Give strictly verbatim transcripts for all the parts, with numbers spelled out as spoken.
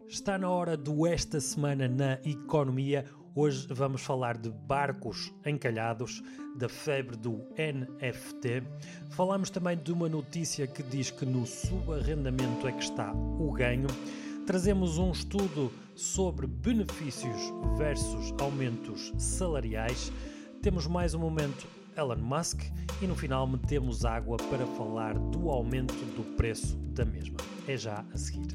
Está na hora do Esta Semana na Economia. Hoje vamos falar de barcos encalhados, da febre do N F T. Falamos também de uma notícia que diz que no subarrendamento é que está o ganho. Trazemos um estudo sobre benefícios versus aumentos salariais. Temos mais um momento Elon Musk e no final metemos água para falar do aumento do preço da mesma. É já a seguir.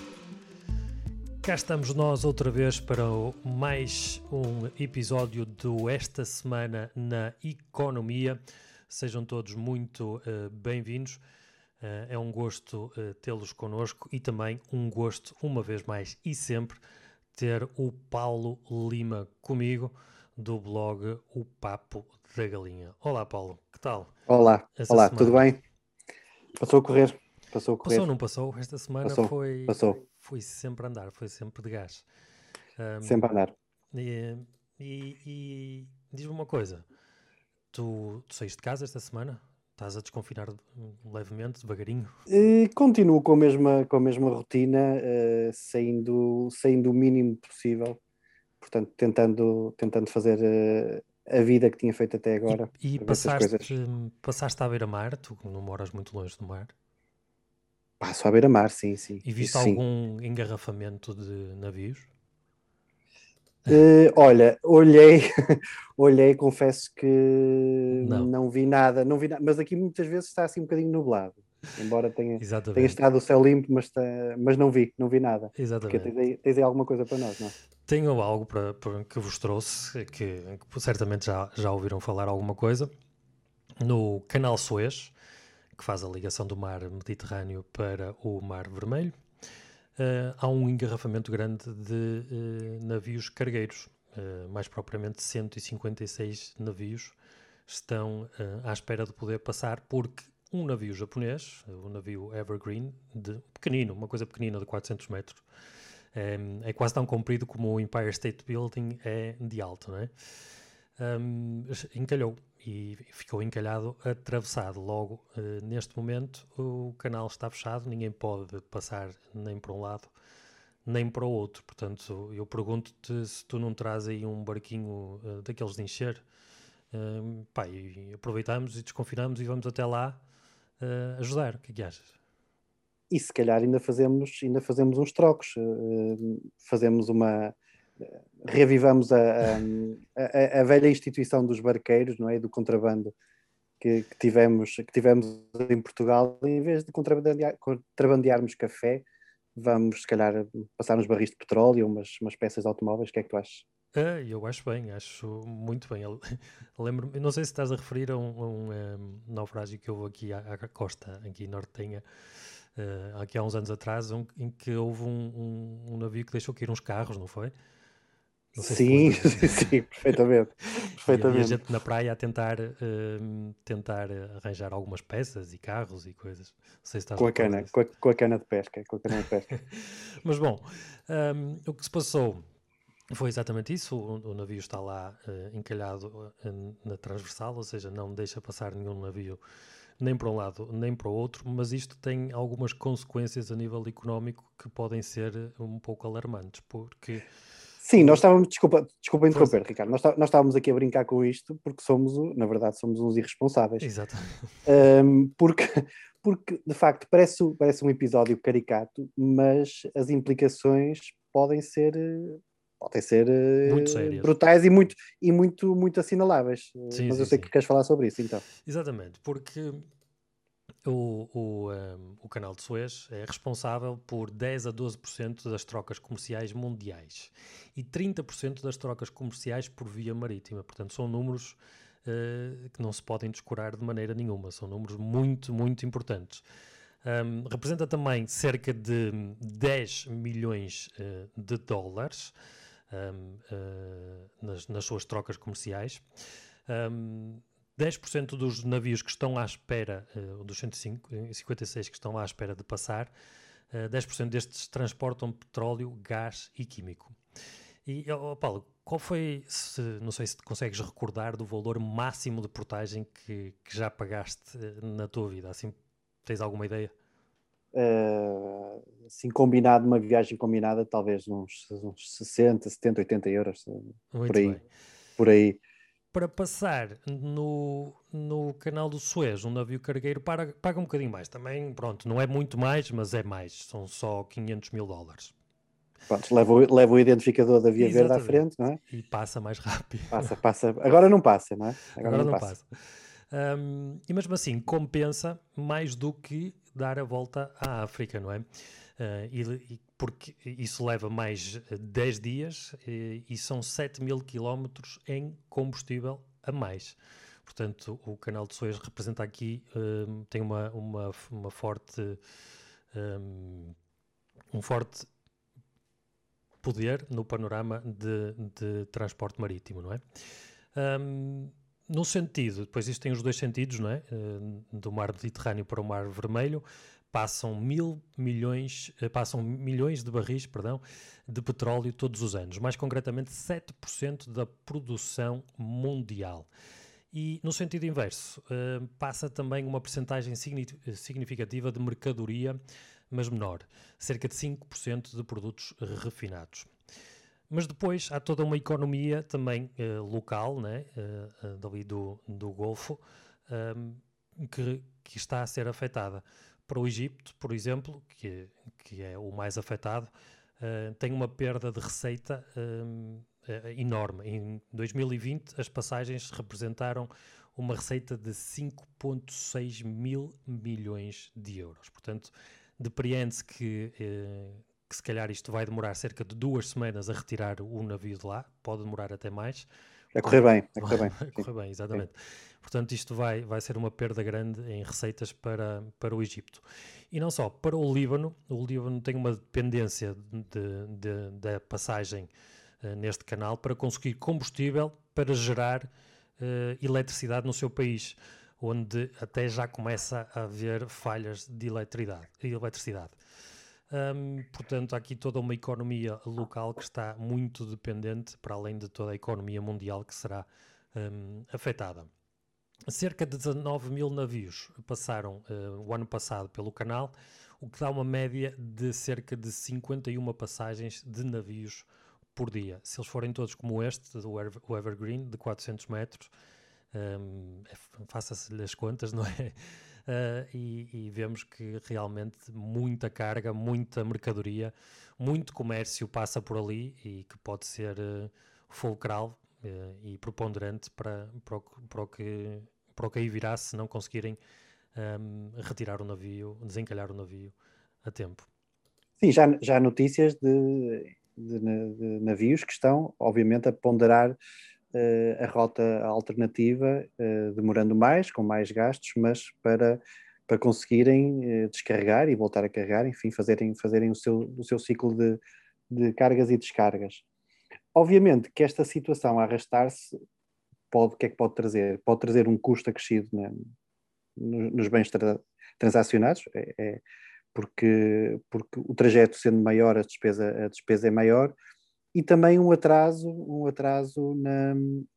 Cá estamos nós outra vez para mais um episódio do Esta Semana na Economia. Sejam todos muito uh, bem-vindos. Uh, é um gosto uh, tê-los connosco e também um gosto, uma vez mais e sempre, ter o Paulo Lima comigo do blog O Papo da Galinha. Olá, Paulo, que tal? Olá, Essa olá, semana? Tudo bem? Passou a correr? Passou a correr? Passou, não passou? Esta semana passou, foi... Passou. Foi sempre a andar, foi sempre de gás. Um, sempre a andar. E, e, e diz-me uma coisa, tu, tu saíste de casa esta semana? Estás a desconfinar levemente, devagarinho? Uh, continuo com a mesma, com a mesma rotina, uh, saindo, saindo o mínimo possível, portanto tentando, tentando fazer uh, a vida que tinha feito até agora. E, e passaste, coisas... passaste à beira-mar, tu não moras muito longe do mar? Passo à beira-mar, sim, sim. E viste Isso, algum sim. engarrafamento de navios? Uh, olha, olhei, olhei, confesso que não. não vi nada, não vi nada, mas aqui muitas vezes está assim um bocadinho nublado, embora tenha, tenha estado o céu limpo, mas, está, mas não vi, não vi nada. Exatamente. Porque tens aí, tens aí alguma coisa para nós, não é? Tenho algo para, para que vos trouxe, que, que certamente já, já ouviram falar alguma coisa, no Canal Suez, que faz a ligação do mar Mediterrâneo para o Mar Vermelho. Uh, há um engarrafamento grande de uh, navios cargueiros, uh, mais propriamente cento e cinquenta e seis navios estão uh, à espera de poder passar, porque um navio japonês, o navio Evergreen, de, pequenino, uma coisa pequenina de quatrocentos metros, é, é quase tão comprido como o Empire State Building é de alto, não é? Um, encalhou e ficou encalhado, atravessado. Logo, uh, neste momento, o canal está fechado, ninguém pode passar nem para um lado nem para o outro. Portanto, eu pergunto-te se tu não traz aí um barquinho uh, daqueles de encher. Um, pá, e aproveitamos e desconfinamos e vamos até lá uh, ajudar. O que é que achas? E se calhar ainda fazemos, ainda fazemos uns trocos, uh, fazemos uma... reavivamos a, a, a velha instituição dos barqueiros, não é? Do contrabando que, que, tivemos, que tivemos em Portugal. Em vez de contrabandear, contrabandearmos café, vamos se calhar passar uns barris de petróleo, umas, umas peças de automóveis. O que é que tu achas? Ah, eu acho bem, acho muito bem. Eu lembro, não sei se estás a referir a um, a um, um naufrágio que houve aqui à, à costa, aqui em Nortenha, uh, aqui há uns anos atrás, um, em que houve um, um, um navio que deixou cair uns carros, não foi? Não sei sim, se sim, sim, perfeitamente. perfeitamente. E, e a gente na praia a tentar, uh, tentar arranjar algumas peças e carros e coisas. Não sei se estás com, a cana, com, a, com a cana de pesca. Com a cana de pesca. Mas bom, um, o que se passou foi exatamente isso. O, o navio está lá uh, encalhado uh, na transversal, ou seja, não deixa passar nenhum navio nem para um lado nem para o outro, mas isto tem algumas consequências a nível económico que podem ser um pouco alarmantes, porque... Sim, nós estávamos, desculpa, desculpa interromper, Força. Ricardo, nós, nós estávamos aqui a brincar com isto porque somos, na verdade, somos uns irresponsáveis. Exato. Um, porque, porque, de facto, parece, parece um episódio caricato, mas as implicações podem ser, podem ser muito sérias. brutais e, muito, e muito, muito assinaláveis. Sim, mas sim, eu sei sim. que queres falar sobre isso, então. Exatamente, porque... O, o, um, o canal de Suez é responsável por dez a doze por cento das trocas comerciais mundiais e trinta por cento das trocas comerciais por via marítima. Portanto, são números uh, que não se podem descurar de maneira nenhuma. São números muito, muito importantes. Um, representa também cerca de dez milhões uh, de dólares um, uh, nas, nas suas trocas comerciais. Um, dez por cento dos navios que estão à espera, uh, dos cento e cinquenta e seis que estão lá à espera de passar, uh, dez por cento destes transportam petróleo, gás e químico. E, oh, Paulo, qual foi, se, não sei se te consegues recordar do valor máximo de portagem que, que já pagaste uh, na tua vida? Assim, tens alguma ideia? uh, assim combinado, uma viagem combinada, talvez uns, uns sessenta, setenta, oitenta euros, Muito por aí, bem. por aí. Para passar no, no canal do Suez, um navio cargueiro paga, paga um bocadinho mais. Também, pronto, não é muito mais, mas é mais. São só quinhentos mil dólares. Pronto, leva, o- leva o identificador da Via Verde à Exatamente. frente, não é? E passa mais rápido. Passa, passa. Agora não passa, não é? Agora, Agora não, não passa. passa. Um, e mesmo assim, compensa mais do que dar a volta à África, não é? Uh, e, e porque isso leva mais dez dias e, e são sete mil quilómetros em combustível a mais. Portanto, o canal de Suez representa aqui, um, tem uma, uma, uma forte, um, um forte poder no panorama de, de transporte marítimo, não é? Um, no sentido, depois isto tem os dois sentidos, não é? Uh, do mar Mediterrâneo para o mar Vermelho, passam mil milhões, uh, passam milhões de barris, perdão, de petróleo todos os anos, mais concretamente sete por cento da produção mundial. E no sentido inverso, uh, passa também uma percentagem significativa de mercadoria, mas menor, cerca de cinco por cento de produtos refinados. Mas depois há toda uma economia também uh, local, né, uh, uh, dali do, do Golfo, um, que, que está a ser afetada. Para o Egito, por exemplo, que, que é o mais afetado, uh, tem uma perda de receita um, uh, enorme. Em dois mil e vinte, as passagens representaram uma receita de cinco vírgula seis mil milhões de euros. Portanto, depreende-se que... Uh, que se calhar isto vai demorar cerca de duas semanas a retirar o navio de lá, pode demorar até mais. A correr bem, a correr vai, bem. vai correr bem, exatamente. Sim. Portanto, isto vai, vai ser uma perda grande em receitas para, para o Egito. E não só, para o Líbano, o Líbano tem uma dependência de, de, da passagem uh, neste canal para conseguir combustível para gerar uh, eletricidade no seu país, onde até já começa a haver falhas de eletricidade. eletricidade. Um, portanto, há aqui toda uma economia local que está muito dependente, para além de toda a economia mundial que será um, afetada. Cerca de dezanove mil navios passaram uh, o ano passado pelo canal, o que dá uma média de cerca de cinquenta e uma passagens de navios por dia. Se eles forem todos como este, do Ever, o Evergreen, de quatrocentos metros, um, é, faça-se-lhe as contas, não é? Uh, e, e vemos que realmente muita carga, muita mercadoria, muito comércio passa por ali e que pode ser uh, fulcral uh, e preponderante para, para, o, para, o que, para o que aí virá se não conseguirem um, retirar o navio, desencalhar o navio a tempo. Sim, já, já há notícias de, de, de navios que estão, obviamente, a ponderar Uh, a rota alternativa, uh, demorando mais, com mais gastos, mas para, para conseguirem uh, descarregar e voltar a carregar, enfim, fazerem, fazerem o, seu, o seu ciclo de, de cargas e descargas. Obviamente que esta situação a arrastar-se, pode, o que é que pode trazer? Pode trazer um custo acrescido, né, nos bens tra transacionados, é, é, porque, porque o trajeto sendo maior, a despesa, a despesa é maior, e também um atraso, um atraso na,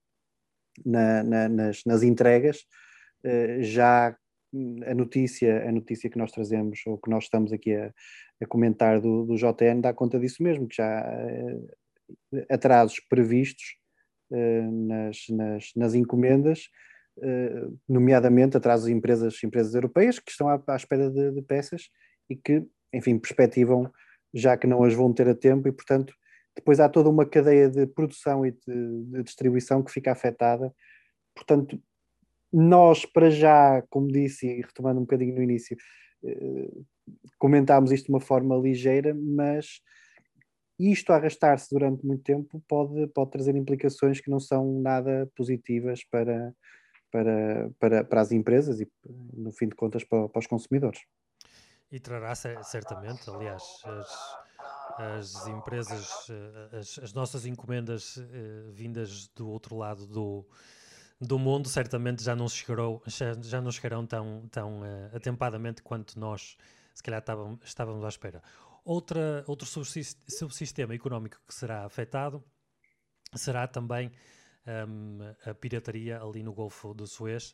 na, na, nas, nas entregas. Uh, já a notícia, a notícia que nós trazemos, ou que nós estamos aqui a, a comentar do, do J N, dá conta disso mesmo, que já uh, atrasos previstos uh, nas, nas, nas encomendas, uh, nomeadamente atrasos de empresas, empresas europeias que estão à, à espera de, de peças e que, enfim, perspectivam já que não as vão ter a tempo e, portanto, depois há toda uma cadeia de produção e de, de distribuição que fica afetada. Portanto, nós, para já, como disse, e retomando um bocadinho no início, eh, comentámos isto de uma forma ligeira, mas isto a arrastar-se durante muito tempo pode, pode trazer implicações que não são nada positivas para, para, para, para as empresas e, no fim de contas, para, para os consumidores. E trará certamente, aliás, as, as empresas, as, as nossas encomendas uh, vindas do outro lado do, do mundo, certamente já não, chegarou, já, já não chegarão tão, tão uh, atempadamente quanto nós, se calhar, estávamos, estávamos à espera. Outra, outro subsistema económico que será afetado será também um, a pirataria ali no Golfo do Suez,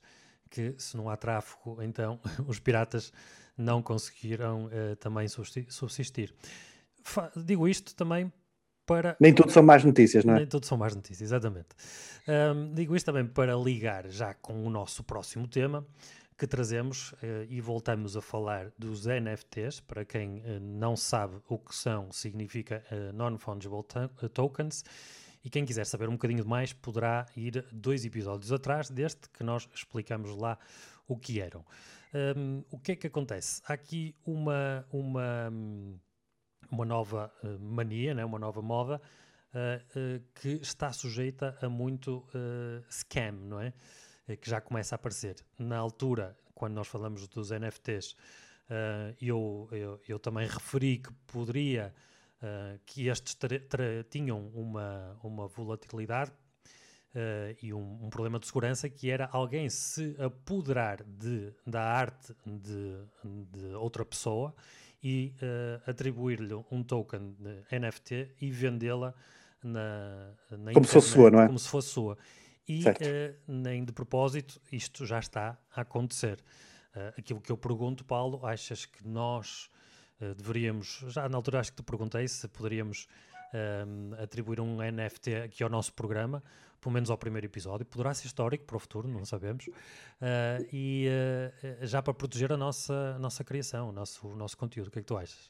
que se não há tráfego, então os piratas não conseguirão uh, também subsistir. Fa- digo isto também para... Nem tudo são más notícias, não é? Nem tudo são más notícias, exatamente. Um, digo isto também para ligar já com o nosso próximo tema, que trazemos uh, e voltamos a falar dos N F Ts. Para quem uh, não sabe o que são, significa uh, Non-Fungible to- Tokens. E quem quiser saber um bocadinho mais poderá ir dois episódios atrás deste que nós explicamos lá o que eram. Um, o que é que acontece? Há aqui uma, uma, uma nova uh, mania, né? Uma nova moda uh, uh, que está sujeita a muito uh, scam, não é? Uh, que já começa a aparecer. Na altura, quando nós falamos dos N F Ts, uh, eu, eu, eu também referi que poderia... Uh, que estes tra- tra- tinham uma, uma volatilidade uh, e um, um problema de segurança, que era alguém se apoderar de, da arte de, de outra pessoa e uh, atribuir-lhe um token de N F T e vendê-la na, na Como se fosse sua, internet não é? como se fosse sua. E Certo. uh, nem de propósito isto já está a acontecer. Uh, aquilo que eu pergunto, Paulo, achas que nós... Uh, deveríamos, já na altura acho que te perguntei se poderíamos um, atribuir um N F T aqui ao nosso programa, pelo menos ao primeiro episódio, poderá ser histórico para o futuro, não sabemos, uh, e uh, já para proteger a nossa, a nossa criação, o nosso, o nosso conteúdo. O que é que tu achas?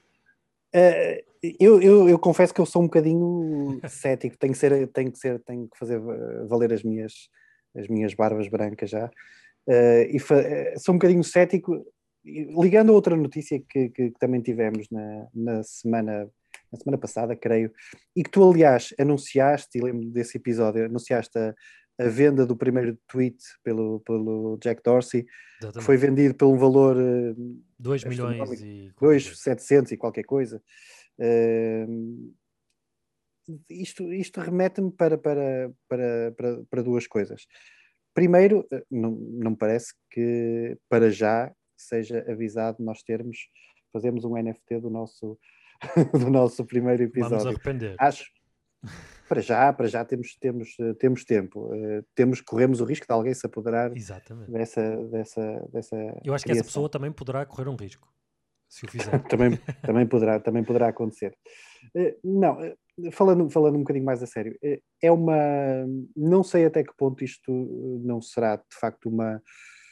Uh, eu, eu, eu confesso que eu sou um bocadinho cético, tenho que ser, tenho que ser, tenho que fazer valer as minhas, as minhas barbas brancas já, uh, e fa- sou um bocadinho cético. Ligando a outra notícia que, que, que também tivemos na, na, semana, na semana passada, creio, e que tu, aliás, anunciaste, e lembro desse episódio, anunciaste a, a venda do primeiro tweet pelo, pelo Jack Dorsey, que foi vendido por um valor dois uh, milhões astronómico, e qualquer dois coisa. setecentos e qualquer coisa. Uh, isto, isto remete-me para, para, para, para, para duas coisas. Primeiro, não, não me parece que para já seja avisado nós termos, fazemos um N F T do nosso, do nosso primeiro Vamos episódio. arrepender. Acho, para já, para já temos, temos, temos tempo. Uh, temos, corremos o risco de alguém se apoderar Exatamente. dessa, dessa, dessa Eu acho criação. que essa pessoa também poderá correr um risco, se o fizer. também, também, poderá, também poderá acontecer. Uh, não, uh, falando, falando um bocadinho mais a sério, uh, é uma... Não sei até que ponto isto não será, de facto, uma...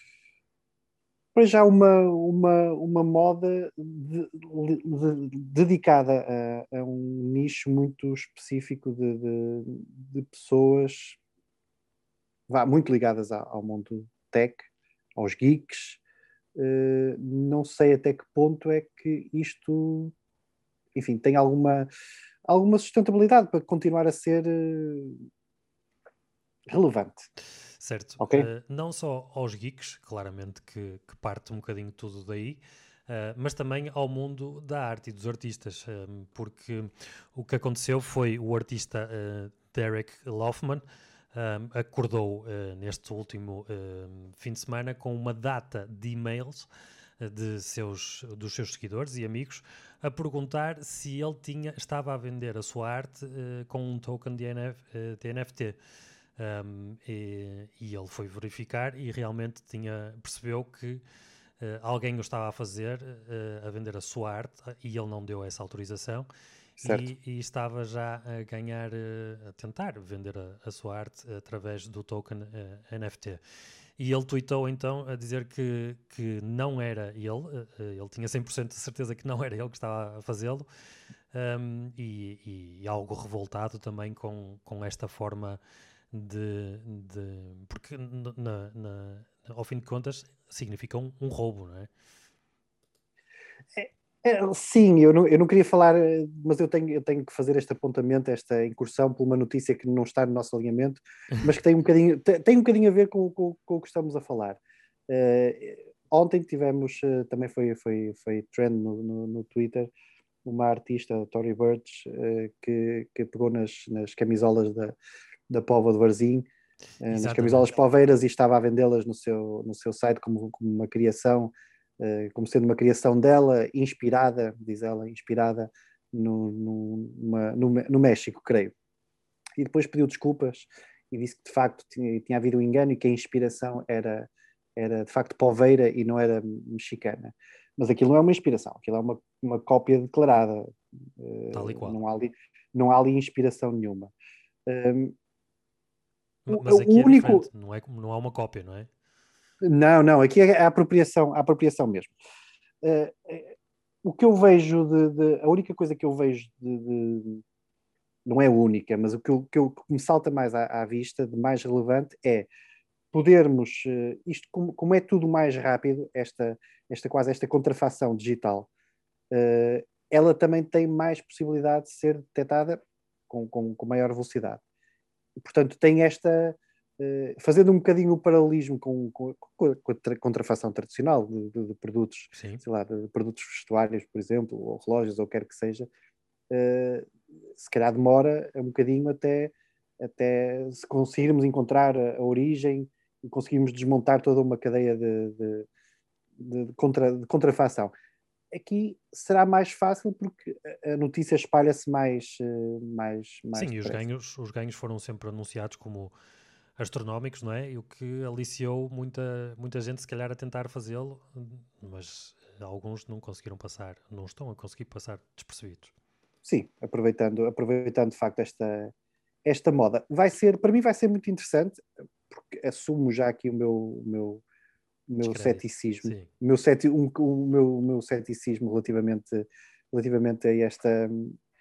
Para já uma, uma, uma moda de, de, de, dedicada a, a um nicho muito específico de, de, de pessoas vá, muito ligadas ao, ao mundo tech, aos geeks. Uh, não sei até que ponto é que isto, enfim, tem alguma, alguma sustentabilidade para continuar a ser uh, relevante. Certo. Ok? Uh, não só aos geeks, claramente que, que parte um bocadinho tudo daí, uh, mas também ao mundo da arte e dos artistas, um, porque o que aconteceu foi o artista uh, Derek Loffman um, acordou uh, neste último uh, fim de semana com uma data de e-mails uh, de seus, dos seus seguidores e amigos a perguntar se ele tinha, estava a vender a sua arte uh, com um token de, N F, uh, de N F T. Um, e, e ele foi verificar e realmente tinha, percebeu que uh, alguém o estava a fazer, uh, a vender a sua arte, e ele não deu essa autorização e, e estava já a ganhar, uh, a tentar vender a, a sua arte através do token uh, N F T. E ele tweetou então a dizer que, que não era ele, uh, ele tinha cem por cento de certeza que não era ele que estava a fazê-lo, um, e, e algo revoltado também com, com esta forma De, de, porque na, na, ao fim de contas significa um, um roubo, não é? É, é, sim, eu não, eu não queria falar, mas eu tenho, eu tenho que fazer este apontamento, esta incursão por uma notícia que não está no nosso alinhamento, mas que tem um bocadinho, tem, tem um bocadinho a ver com, com, com o que estamos a falar. Uh, ontem tivemos, uh, também foi, foi, foi trend no, no, no Twitter, uma artista, Tory Burch, uh, que, que pegou nas, nas camisolas da, da Póvoa de Varzim, uh, nas camisolas poveiras, e estava a vendê-las no seu, no seu site como, como uma criação, uh, como sendo uma criação dela, inspirada, diz ela, inspirada no, no, uma, no, no México, creio. E depois pediu desculpas e disse que de facto tinha, tinha havido um engano e que a inspiração era, era de facto poveira e não era mexicana. Mas aquilo não é uma inspiração, aquilo é uma, uma cópia declarada. Tal e Uh, qual. não há ali, não há ali inspiração nenhuma. Um, o, Mas aqui o é diferente, único... não, é, não há uma cópia, não é? Não, não, aqui é a apropriação, a apropriação mesmo. Uh, o que eu vejo de, de, a única coisa que eu vejo de, de não é única, mas o que, eu, que, eu, que me salta mais à, à vista, de mais relevante, é podermos, uh, isto como, como é tudo mais rápido, esta, esta quase esta contrafação digital, uh, ela também tem mais possibilidade de ser detectada com, com, com maior velocidade. E, portanto, tem esta, uh, fazendo um bocadinho o paralelismo com, com, com a contrafação tradicional de, de, de produtos, Sim. sei lá, de produtos vestuários, por exemplo, ou relógios, ou quer que seja, uh, se calhar demora um bocadinho até, até se conseguirmos encontrar a, a origem e conseguirmos desmontar toda uma cadeia de, de, de, de, contra, de contrafação. Aqui será mais fácil porque a notícia espalha-se mais, mais, mais Sim, e os depressa. ganhos, os ganhos foram sempre anunciados como astronómicos, não é? E o que aliciou muita, muita gente, se calhar, a tentar fazê-lo, mas alguns não conseguiram passar, não estão a conseguir passar despercebidos. Sim, aproveitando, aproveitando de facto esta, esta moda. Vai ser, para mim vai ser muito interessante, porque assumo já aqui o meu, o meu, o meu Descrédito. ceticismo, Sim. o meu, ceti, um, o meu, o meu ceticismo relativamente, relativamente a esta,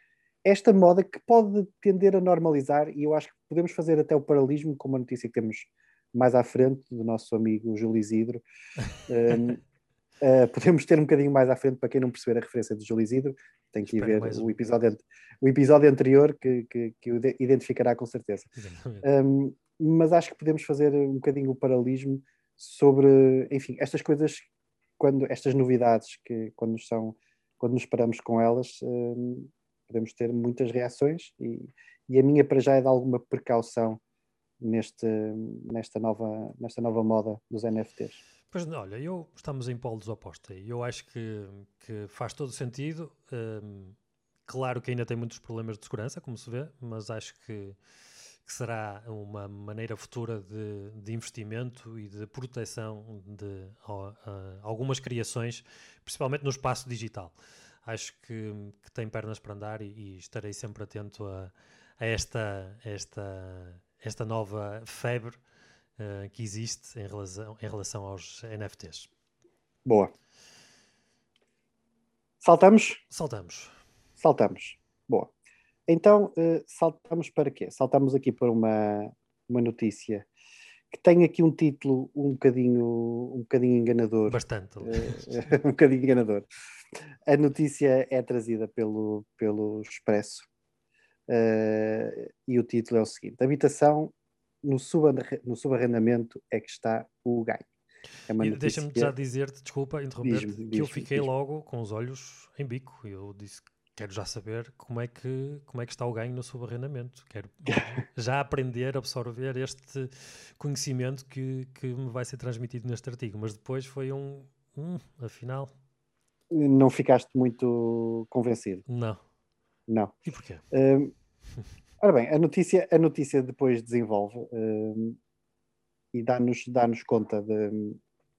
esta moda que pode tender a normalizar, e eu acho que podemos fazer até o paralelismo com uma notícia que temos mais à frente do nosso amigo Júlio Isidro. Um, uh, podemos ter um bocadinho mais à frente, para quem não perceber a referência de Júlio Isidro, tem que ir Espera ver mais o um. episódio, o episódio anterior que, que, que o identificará com certeza. Exatamente. Um, mas acho que podemos fazer um bocadinho o paralelismo sobre, enfim, estas coisas, quando estas novidades que quando são, quando nos paramos com elas, um, podemos ter muitas reações e, e a minha para já é de alguma precaução neste, nesta, nova, nesta nova moda dos N F Ts. Pois, olha, eu, estamos em polos opostos aí. Eu acho que, que faz todo o sentido. Um, claro que ainda tem muitos problemas de segurança, como se vê, mas acho que, que será uma maneira futura de, de investimento e de proteção de uh, uh, algumas criações, principalmente no espaço digital. Acho que, que tem pernas para andar e, e estarei sempre atento a, a esta, esta, esta nova febre uh, que existe em relação, em relação aos N F Ts. Boa. Saltamos? Saltamos. Saltamos. Boa. Então, uh, saltamos para quê? Saltamos aqui para uma, uma notícia que tem aqui um título um bocadinho, um bocadinho enganador. Bastante. Uh, um bocadinho enganador. A notícia é trazida pelo, pelo Expresso uh, e o título é o seguinte: habitação no, subarre, no subarrendamento é que está o ganho. É uma E notícia. deixa-me já dizer-te, desculpa interromper-te, Diz-me, que eu diz-me, fiquei diz-me. logo com os olhos em bico. Eu disse, quero já saber como é que, como é que está o ganho no subarrendamento. Quero já aprender, absorver este conhecimento que, que me vai ser transmitido neste artigo. Mas depois foi um, hum, afinal, Não ficaste muito convencido? não. Não. E porquê? Uh, ora bem, a notícia, a notícia depois desenvolve uh, e dá-nos, dá-nos conta de,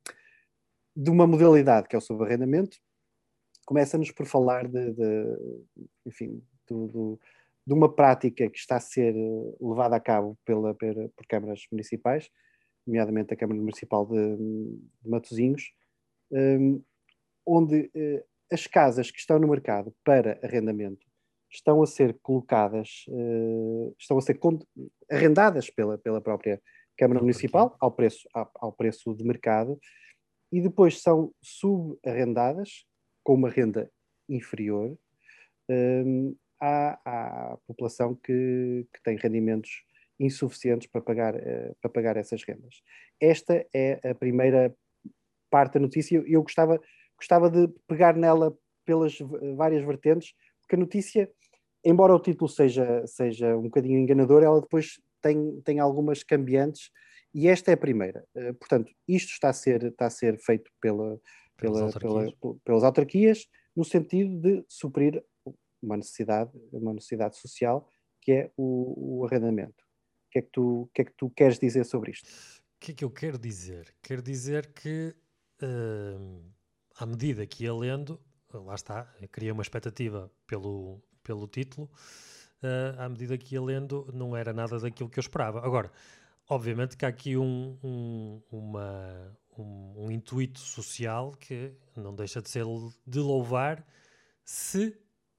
de uma modalidade que é o subarrendamento. Começa-nos por falar de, de enfim, do, do, de uma prática que está a ser levada a cabo pela, pela, por câmaras municipais, nomeadamente a Câmara Municipal de, de Matosinhos, um, onde uh, as casas que estão no mercado para arrendamento estão a ser colocadas, uh, estão a ser arrendadas pela, pela própria Câmara Municipal ao preço, ao, ao preço de mercado e depois são subarrendadas com uma renda inferior um, à, à população que, que tem rendimentos insuficientes para pagar, uh, para pagar essas rendas. Esta é a primeira parte da notícia e eu gostava, gostava de pegar nela pelas várias vertentes, porque a notícia, embora o título seja, seja um bocadinho enganador, ela depois tem, tem algumas cambiantes e esta é a primeira. Uh, portanto, isto está a ser, está a ser feito pela, Pelas pela, autarquias. pela, pelas autarquias no sentido de suprir uma necessidade, uma necessidade social que é o, o arrendamento. O que é que tu, o que é que tu queres dizer sobre isto? que é que eu quero dizer? Quero dizer que, uh, à medida que ia lendo, lá está, criei uma expectativa pelo, pelo título, uh, à medida que ia lendo, não era nada daquilo que eu esperava. Agora, obviamente que há aqui um, um, uma, um, um intuito social que não deixa de ser de louvar se,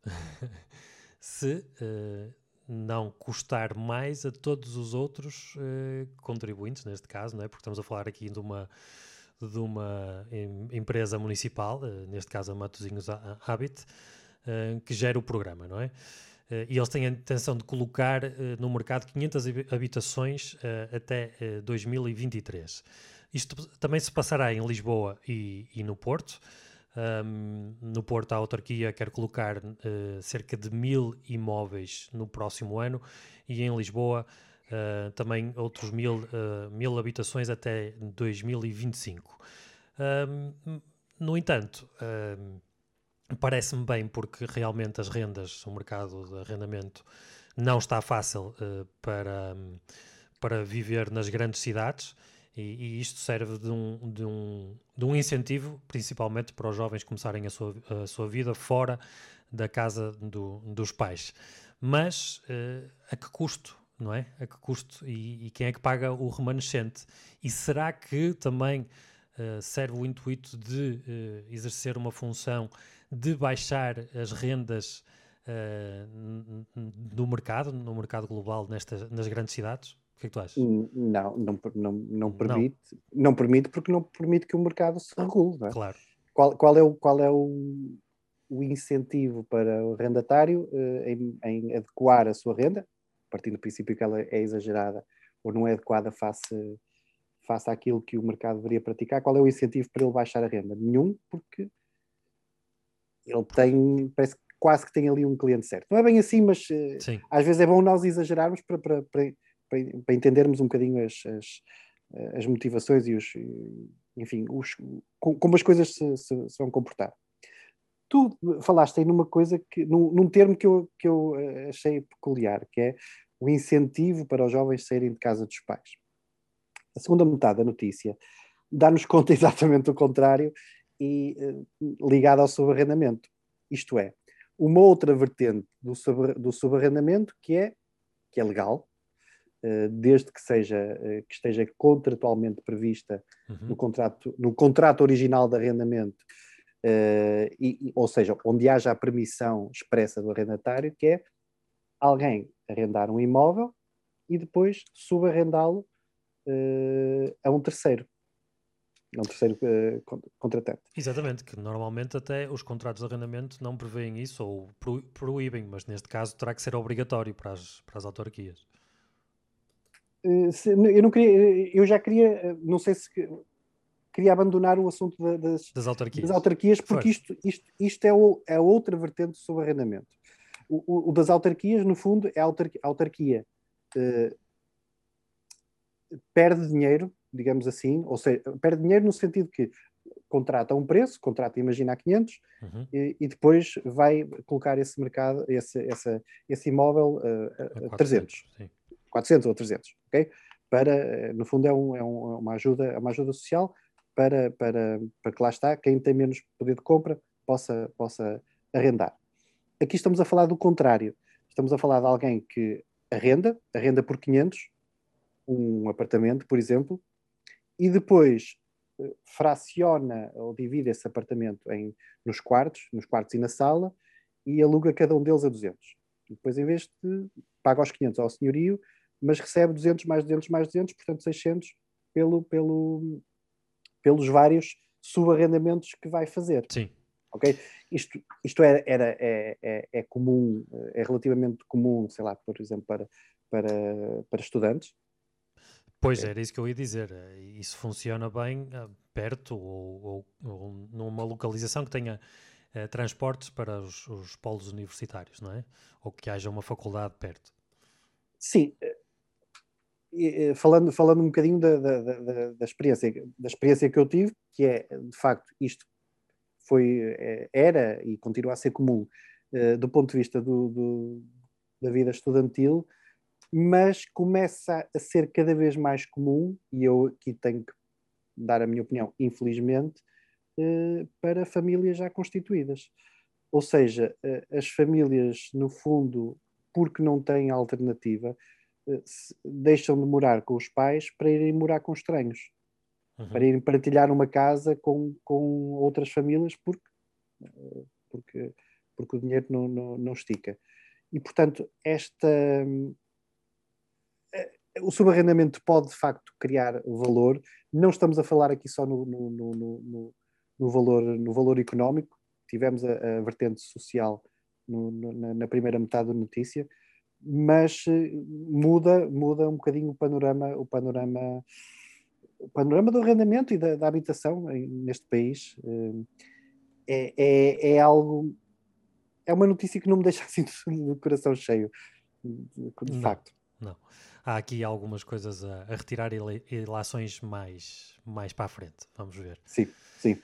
se uh, não custar mais a todos os outros uh, contribuintes, neste caso, não é? Porque estamos a falar aqui de uma, de uma em, empresa municipal, uh, neste caso a Matosinhos Habit, uh, que gera o programa, não é? Uh, e eles têm a intenção de colocar uh, no mercado quinhentas habitações uh, até uh, dois mil e vinte e três. Isto também se passará em Lisboa e, e no Porto. Um, no Porto, a autarquia quer colocar uh, cerca de mil imóveis no próximo ano, e em Lisboa uh, também outros mil, uh, mil habitações até dois mil e vinte e cinco. Um, no entanto, um, parece-me bem, porque realmente as rendas, o mercado de arrendamento não está fácil uh, para, para viver nas grandes cidades. E, e isto serve de um, de, um, de um incentivo, principalmente para os jovens começarem a sua, a sua vida fora da casa do, dos pais. Mas uh, a que custo, não é? A que custo? E, e quem é que paga o remanescente? E será que também uh, serve o intuito de uh, exercer uma função de baixar as rendas uh, no mercado, no mercado global, nestas, nas grandes cidades? O que é que tu achas? Não, não, não, não permite, não. não permite porque não permite que o mercado se regule, não é? Claro. Qual, qual é, o, qual é o, o incentivo para o arrendatário uh, em, em adequar a sua renda, partindo do princípio que ela é exagerada ou não é adequada face, face àquilo que o mercado deveria praticar? Qual é o incentivo para ele baixar a renda? Nenhum, porque ele tem, parece que quase que tem ali um cliente certo. Não é bem assim, mas uh, às vezes é bom nós exagerarmos para, para, para, para entendermos um bocadinho as, as, as motivações e os, enfim, os, como as coisas se, se, se vão comportar. Tu falaste aí numa coisa, que, num, num termo que eu, que eu achei peculiar, que é o incentivo para os jovens saírem de casa dos pais. A segunda metade da notícia dá-nos conta exatamente do contrário e uh, ligado ao subarrendamento. Isto é, uma outra vertente do, sub, do subarrendamento que é, que é legal, uh, desde que, seja, uh, que esteja contratualmente prevista uhum. no, contrato, no contrato original de arrendamento, uh, e, ou seja, onde haja a permissão expressa do arrendatário, que é alguém arrendar um imóvel e depois subarrendá-lo uh, a um terceiro. É um terceiro uh, contratante. Exatamente, que normalmente até os contratos de arrendamento não prevêem isso ou pro, proíbem, mas neste caso terá que ser obrigatório para as, para as autarquias. Uh, se, eu não queria, eu já queria, não sei se queria abandonar o assunto da, das, das autarquias, das autarquias porque isto, isto, isto é, o, é outra vertente sobre arrendamento. O, o, o das autarquias, no fundo, é a autarquia, a autarquia uh, perde dinheiro, digamos assim, ou seja, perde dinheiro no sentido que contrata um preço, contrata, imagina, a quinhentos, uhum. e, e depois vai colocar esse mercado, esse, esse, esse imóvel uh, a, a trezentos, sim. quatrocentos ou trezentos, ok? Para, no fundo, é, um, é um, uma, ajuda, é uma ajuda social para, para, para que lá está, quem tem menos poder de compra possa, possa arrendar. Aqui estamos a falar do contrário. Estamos a falar de alguém que arrenda, arrenda por quinhentos, um apartamento, por exemplo, e depois uh, fraciona ou divide esse apartamento em, nos quartos, nos quartos e na sala, e aluga cada um deles a duzentos. E depois, em vez de, paga aos quinhentos ao senhorio, mas recebe duzentos mais duzentos mais duzentos, portanto seiscentos pelo, pelo, pelos vários subarrendamentos que vai fazer. Sim. Okay? Isto, isto é, era, é, é, é comum, é relativamente comum, sei lá, por exemplo, para, para, para estudantes. Pois, okay. Era isso que eu ia dizer. Isso funciona bem perto ou, ou, ou numa localização que tenha eh, transportes para os, os polos universitários, não é? Ou que haja uma faculdade perto. Sim. Falando, falando um bocadinho da, da, da, da, experiência, da experiência que eu tive, que é, de facto, isto foi, era e continua a ser comum uh, do ponto de vista do, do, da vida estudantil, mas começa a ser cada vez mais comum, e eu aqui tenho que dar a minha opinião, infelizmente, eh, para famílias já constituídas. Ou seja, eh, as famílias, no fundo, porque não têm alternativa, eh, se- deixam de morar com os pais para irem morar com estranhos, para Uhum. irem partilhar uma casa com, com outras famílias, porque, eh, porque, porque o dinheiro não, não, não estica. E, portanto, esta, eh, o subarrendamento pode, de facto, criar valor. Não estamos a falar aqui só no, no, no, no, no valor, no valor económico. Tivemos a, a vertente social no, no, na, na primeira metade da notícia, mas eh, muda, muda um bocadinho o panorama, o panorama, o panorama do arrendamento e da, da habitação em- neste país. Eh, É, é, é algo, é uma notícia que não me deixa assim de coração cheio, de, de Não, facto. não. Há aqui algumas coisas a, a retirar e ilações mais, mais para a frente. Vamos ver. Sim, sim.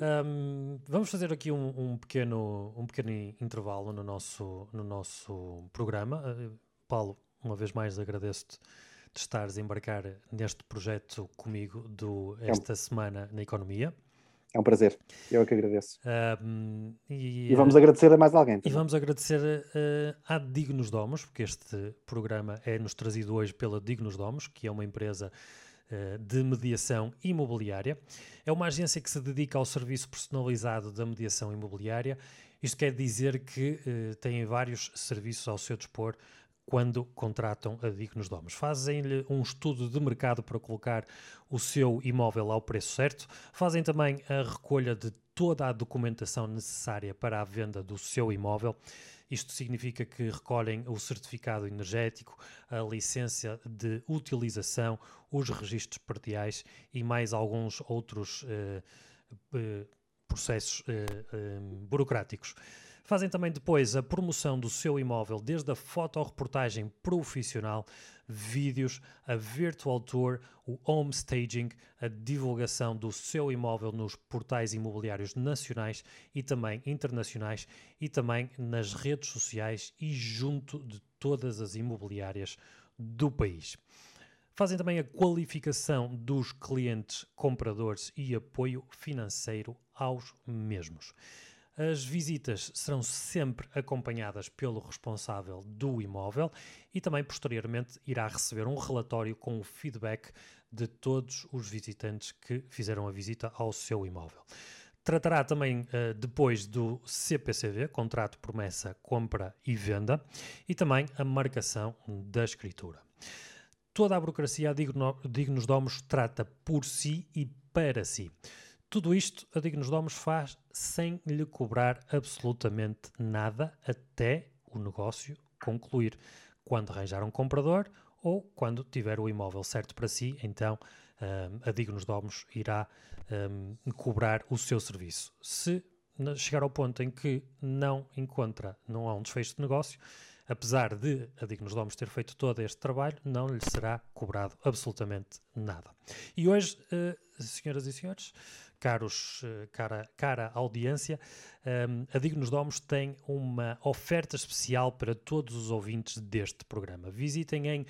Um, vamos fazer aqui um, um pequeno, um pequeno intervalo no nosso, no nosso programa. Uh, Paulo, uma vez mais agradeço-te de estares a embarcar neste projeto comigo do É um, esta semana na economia. é um prazer. Eu é que agradeço. Um, e, E vamos uh, agradecer a mais alguém e também. vamos agradecer uh, à Dignos Domos, porque este programa é-nos trazido hoje pela Dignos Domos, que é uma empresa uh, de mediação imobiliária. É uma agência que se dedica ao serviço personalizado da mediação imobiliária. Isto quer dizer que uh, têm vários serviços ao seu dispor quando contratam a Dignos Domos. Fazem-lhe um estudo de mercado para colocar o seu imóvel ao preço certo. Fazem também a recolha de toda a documentação necessária para a venda do seu imóvel. Isto significa que recolhem o certificado energético, a licença de utilização, os registros perdiais e mais alguns outros eh, eh, processos eh, eh, burocráticos. Fazem também depois a promoção do seu imóvel, desde a fotoreportagem profissional, vídeos, a virtual tour, o home staging, a divulgação do seu imóvel nos portais imobiliários nacionais e também internacionais e também nas redes sociais e junto de todas as imobiliárias do país. Fazem também a qualificação dos clientes compradores e apoio financeiro aos mesmos. As visitas serão sempre acompanhadas pelo responsável do imóvel e também posteriormente irá receber um relatório com o feedback de todos os visitantes que fizeram a visita ao seu imóvel. Tratará também uh, depois do C P C V, Contrato, Promessa, Compra e Venda, e também a marcação da escritura. Toda a burocracia a Dignos Domos trata por si e para si. Tudo isto a Dignos Domos faz sem lhe cobrar absolutamente nada até o negócio concluir. Quando arranjar um comprador ou quando tiver o imóvel certo para si, então um, a Dignos Domos irá um, cobrar o seu serviço. Se chegar ao ponto em que não encontra, não há um desfecho de negócio, apesar de a Dignos Domos ter feito todo este trabalho, não lhe será cobrado absolutamente nada. E hoje, uh, senhoras e senhores, caros, cara, cara audiência, um, a Dignos Domos tem uma oferta especial para todos os ouvintes deste programa. Visitem em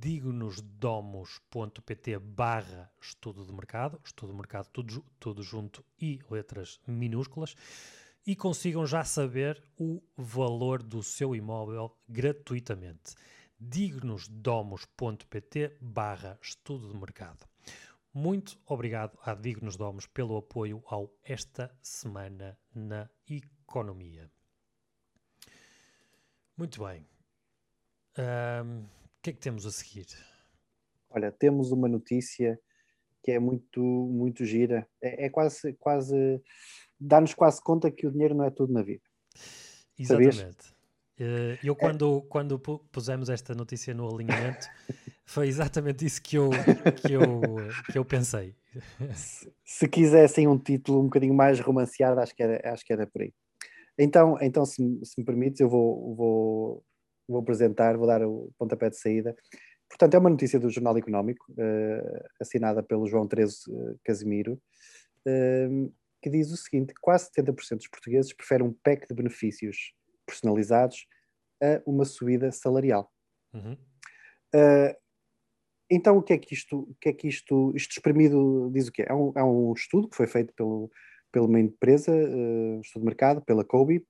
dignosdomos.pt barra estudo de mercado, estudo de mercado tudo, tudo junto e letras minúsculas, e consigam já saber o valor do seu imóvel gratuitamente. dignosdomos.pt barra estudo de mercado. Muito obrigado à Dignos Domos pelo apoio ao Esta Semana na Economia. Muito bem. Um, o que é que temos a seguir? Olha, temos uma notícia que é muito, muito gira. É, é quase, quase, dá-nos quase conta que o dinheiro não é tudo na vida. Exatamente. Sabias? Uh, eu quando, quando pusemos esta notícia no alinhamento, foi exatamente isso que eu, que eu, que eu pensei. Se, se quisessem um título um bocadinho mais romanceado, acho que era, acho que era por aí. Então, então se, se me permites, eu vou, vou, vou apresentar, vou dar o pontapé de saída. Portanto, é uma notícia do Jornal Económico, uh, assinada pelo João treze uh, Casimiro, uh, que diz o seguinte: quase setenta por cento dos portugueses preferem um pack de benefícios personalizados a uma subida salarial. Uhum. Uh, então, o que é que isto, o que é que isto, isto espremido diz o quê? É um, é um estudo que foi feito pelo, pela uma empresa, uh, um estudo de mercado, pela Coby,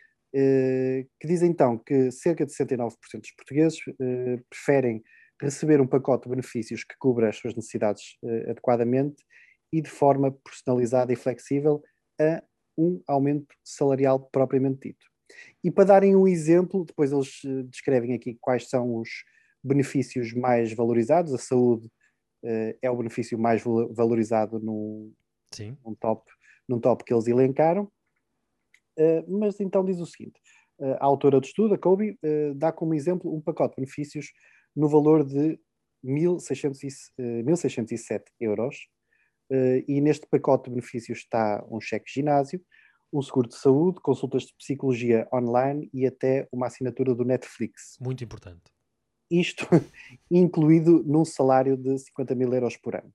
uh, que diz então que cerca de sessenta e nove por cento dos portugueses uh, preferem receber um pacote de benefícios que cubra as suas necessidades uh, adequadamente e de forma personalizada e flexível a um aumento salarial propriamente dito. E para darem um exemplo, depois eles uh, descrevem aqui quais são os benefícios mais valorizados. A saúde uh, é o benefício mais valorizado num, Sim. num, top, num top que eles elencaram. Uh, mas então diz o seguinte, uh, a autora do estudo, a Coby, uh, dá como exemplo um pacote de benefícios no valor de mil seiscentos e sete euros, uh, e neste pacote de benefícios está um cheque de ginásio, um seguro de saúde, consultas de psicologia online e até uma assinatura do Netflix. Muito importante. Isto incluído num salário de cinquenta mil euros por ano.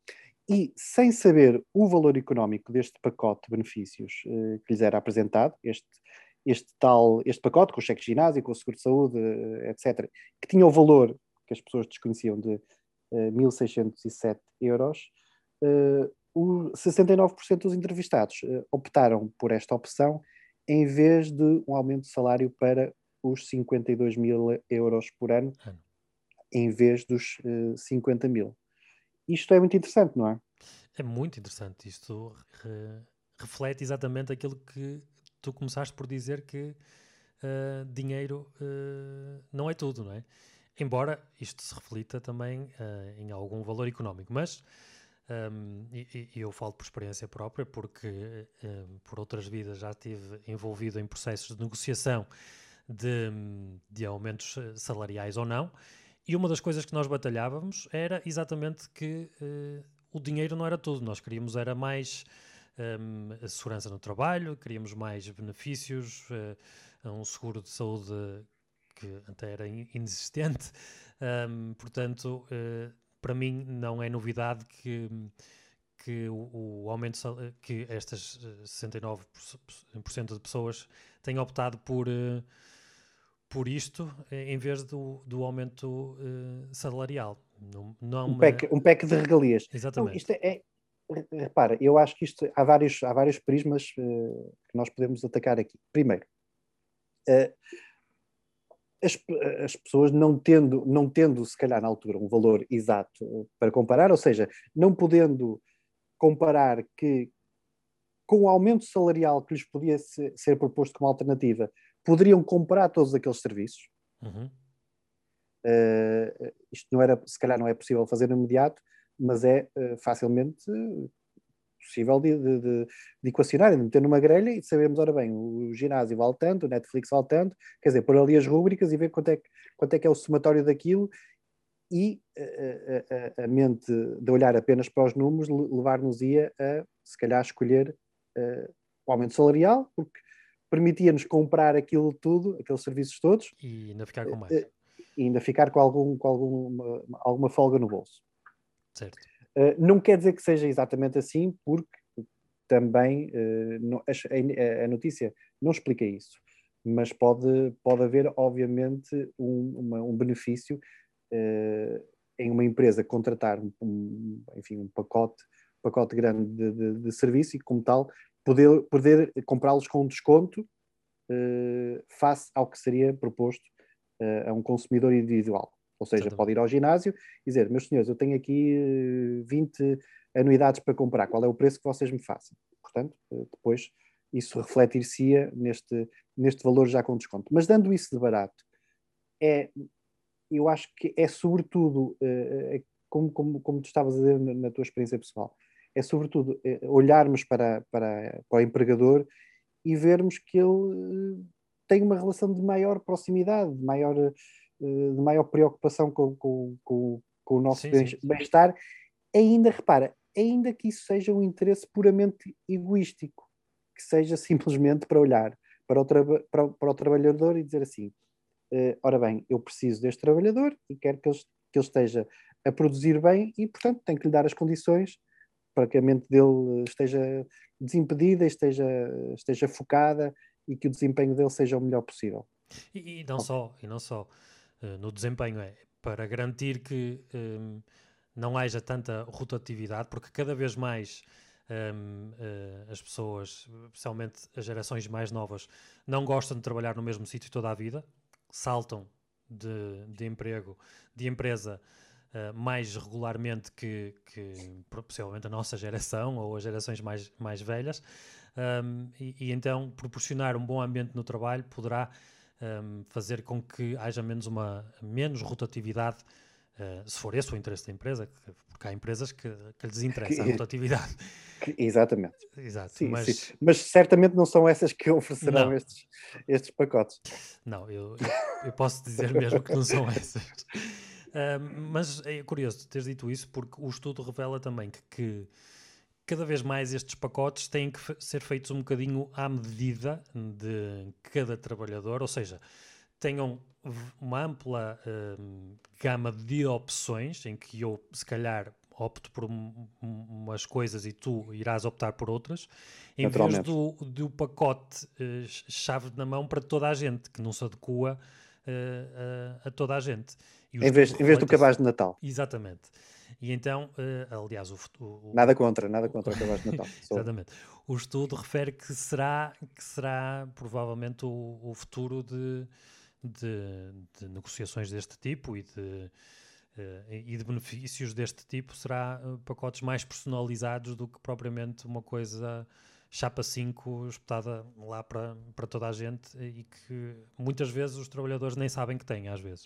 E sem saber o valor económico deste pacote de benefícios eh, que lhes era apresentado, este, este tal, este pacote com o cheque de ginásio, com o seguro de saúde, eh, etcétera, que tinha o valor que as pessoas desconheciam de eh, mil seiscentos e sete euros, eh, o sessenta e nove por cento dos entrevistados eh, optaram por esta opção em vez de um aumento de salário para os cinquenta e dois mil euros por ano, ano. em vez dos uh, cinquenta mil. Isto é muito interessante, não é? É muito interessante. Isto re, reflete exatamente aquilo que tu começaste por dizer, que uh, dinheiro uh, não é tudo, não é? Embora isto se reflita também uh, em algum valor económico, mas um, e, e eu falo por experiência própria, porque um, por outras vidas já estive envolvido em processos de negociação de, de aumentos salariais ou não, e uma das coisas que nós batalhávamos era exatamente que uh, o dinheiro não era tudo. Nós queríamos era mais um, a segurança no trabalho, queríamos mais benefícios, uh, um seguro de saúde que até era inexistente. Um, portanto, uh, para mim não é novidade que, que o, o aumento, que estas sessenta e nove por cento de pessoas tenham optado por, uh, por isto em vez do, do aumento uh, salarial. Não, não um, me... pack, um pack de regalias. Não, isto Exatamente. é, é, repara, eu acho que isto há vários, há vários prismas uh, que nós podemos atacar aqui. Primeiro, uh, as, as pessoas não tendo, não tendo, se calhar na altura, um valor exato para comparar, ou seja, não podendo comparar que com o aumento salarial que lhes podia ser, ser proposto como alternativa, poderiam comprar todos aqueles serviços. Uhum. Uh, isto não era, se calhar não é possível fazer no imediato, mas é uh, facilmente possível de, de, de, de equacionar, de meter numa grelha e de sabermos, ora bem, o, o ginásio vale tanto, o Netflix vale tanto, quer dizer, pôr ali as rúbricas e ver quanto é que, quanto é, que é o somatório daquilo, e a, a, a mente de olhar apenas para os números levar-nos-ia a, se calhar, escolher uh, o aumento salarial, porque permitia-nos comprar aquilo tudo, aqueles serviços todos, E ainda ficar com mais. uh, e ainda ficar com, algum, com alguma, alguma folga no bolso. Certo. Uh, não quer dizer que seja exatamente assim, porque também uh, não, a, a notícia não explica isso, mas pode, pode haver, obviamente, um, uma, um benefício uh, em uma empresa contratar um, enfim, um pacote, pacote grande de, de, de serviço e, como tal, poder, poder comprá-los com desconto uh, face ao que seria proposto uh, a um consumidor individual. Ou seja, Exatamente. pode ir ao ginásio e dizer, meus senhores, eu tenho aqui uh, vinte anuidades para comprar, qual é o preço que vocês me façam? Portanto, uh, depois isso refletir-se-ia neste, neste valor já com desconto. Mas dando isso de barato, é, eu acho que é sobretudo, uh, como, como, como tu estavas a dizer na, na tua experiência pessoal, é sobretudo uh, olharmos para, para, para o empregador e vermos que ele uh, tem uma relação de maior proximidade, de maior, uh, de maior preocupação com, com, com, com o nosso Sim, sim. bem-estar, ainda, repara, ainda que isso seja um interesse puramente egoístico, que seja simplesmente para olhar para o, para, para o trabalhador e dizer assim, uh, ora bem, eu preciso deste trabalhador e quero que ele, que ele esteja a produzir bem e, portanto, tenho que lhe dar as condições para que a mente dele esteja desimpedida, esteja, esteja focada e que o desempenho dele seja o melhor possível. E, e não só, e não só uh, no desempenho, é para garantir que um, não haja tanta rotatividade, porque cada vez mais um, uh, as pessoas, especialmente as gerações mais novas, não gostam de trabalhar no mesmo sítio toda a vida, saltam de, de emprego, de empresa, uh, mais regularmente que, que possivelmente a nossa geração ou as gerações mais, mais velhas, um, e, e então proporcionar um bom ambiente no trabalho poderá um, fazer com que haja menos, uma, menos rotatividade, uh, se for esse o interesse da empresa, que, porque há empresas que, que lhes interessa a Que, rotatividade. que, exatamente. Exato, Sim, mas... sim. Mas certamente não são essas que oferecerão Não. estes, estes pacotes. Não, eu, eu, eu posso dizer mesmo que não são essas. Uh, mas é curioso teres dito isso, porque o estudo revela também que, que cada vez mais estes pacotes têm que fe- ser feitos um bocadinho à medida de cada trabalhador, ou seja, tenham v- uma ampla hum, gama de opções em que eu, se calhar, opto por um- um- umas coisas e tu irás optar por outras, em vez Naturalmente. do, do pacote eh, ch- chave na mão para toda a gente, que não se adequa eh, a, a toda a gente. E o Em vez, estudo em vez do reflete isso. cabaz de Natal. Exatamente. E então, eh, aliás, o, fut- o- Nada contra, nada o- contra o cabaz de Natal. Sou... exatamente. O estudo refere que será, que será provavelmente o, o futuro de, de, de negociações deste tipo e de, eh, e de benefícios deste tipo, será eh, pacotes mais personalizados do que propriamente uma coisa chapa cinco espetada lá para, para toda a gente e que muitas vezes os trabalhadores nem sabem que têm, às vezes.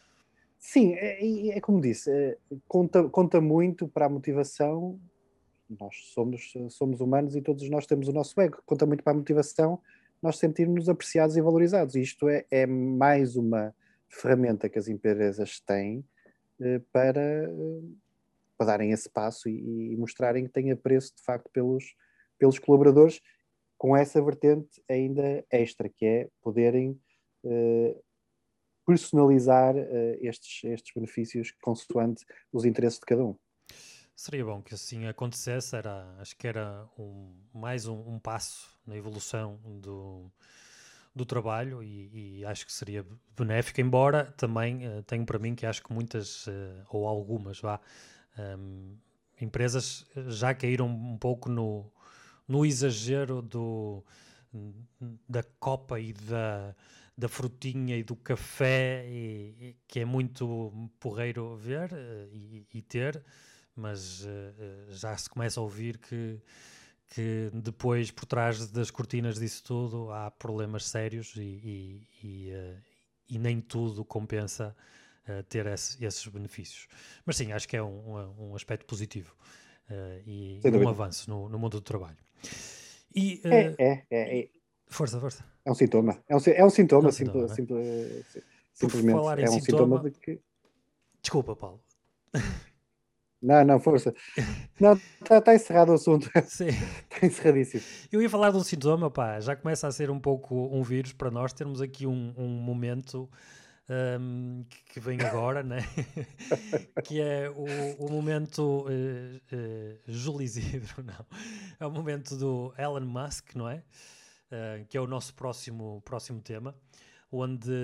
Sim, é, é como disse, é, conta, conta muito para a motivação. Nós somos, somos humanos e todos nós temos o nosso ego. Conta muito para a motivação nós sentirmos apreciados e valorizados. E isto é, é mais uma ferramenta que as empresas têm eh, para, eh, para darem esse passo e, e mostrarem que têm apreço, de facto, pelos, pelos colaboradores, com essa vertente ainda extra, que é poderem eh, personalizar uh, estes, estes benefícios consoante os interesses de cada um. Seria bom que assim acontecesse, era, acho que era um, mais um, um passo na evolução do, do trabalho e, e acho que seria benéfico, embora também uh, tenho para mim que acho que muitas, uh, ou algumas, vá, um, empresas já caíram um pouco no, no exagero do, da copa e da, da frutinha e do café, e, e, que é muito porreiro ver uh, e, e ter, mas uh, uh, já se começa a ouvir que, que depois, por trás das cortinas disso tudo, há problemas sérios e, e, e, uh, e nem tudo compensa uh, ter esse, esses benefícios. Mas sim, acho que é um, um, um aspecto positivo uh, e, Sem e um dúvida. avanço no, no mundo do trabalho. E, É, uh, é, é, é. Força, força. É um sintoma. É um, é um É sintoma, um sintoma, simples, não é? simples, Por simplesmente. falar em É um sintoma sintoma, de que. desculpa, Paulo. Não, não, força. Não, está tá encerrado o assunto. Sim. Está encerradíssimo. Eu ia falar de um sintoma, pá, já começa a ser um pouco um vírus para nós termos aqui um, um momento um, que, que vem agora, né? que é o, o momento uh, uh, Júlio Isidro, não. É o momento do Elon Musk, não é? Uh, que é o nosso próximo, próximo tema, onde,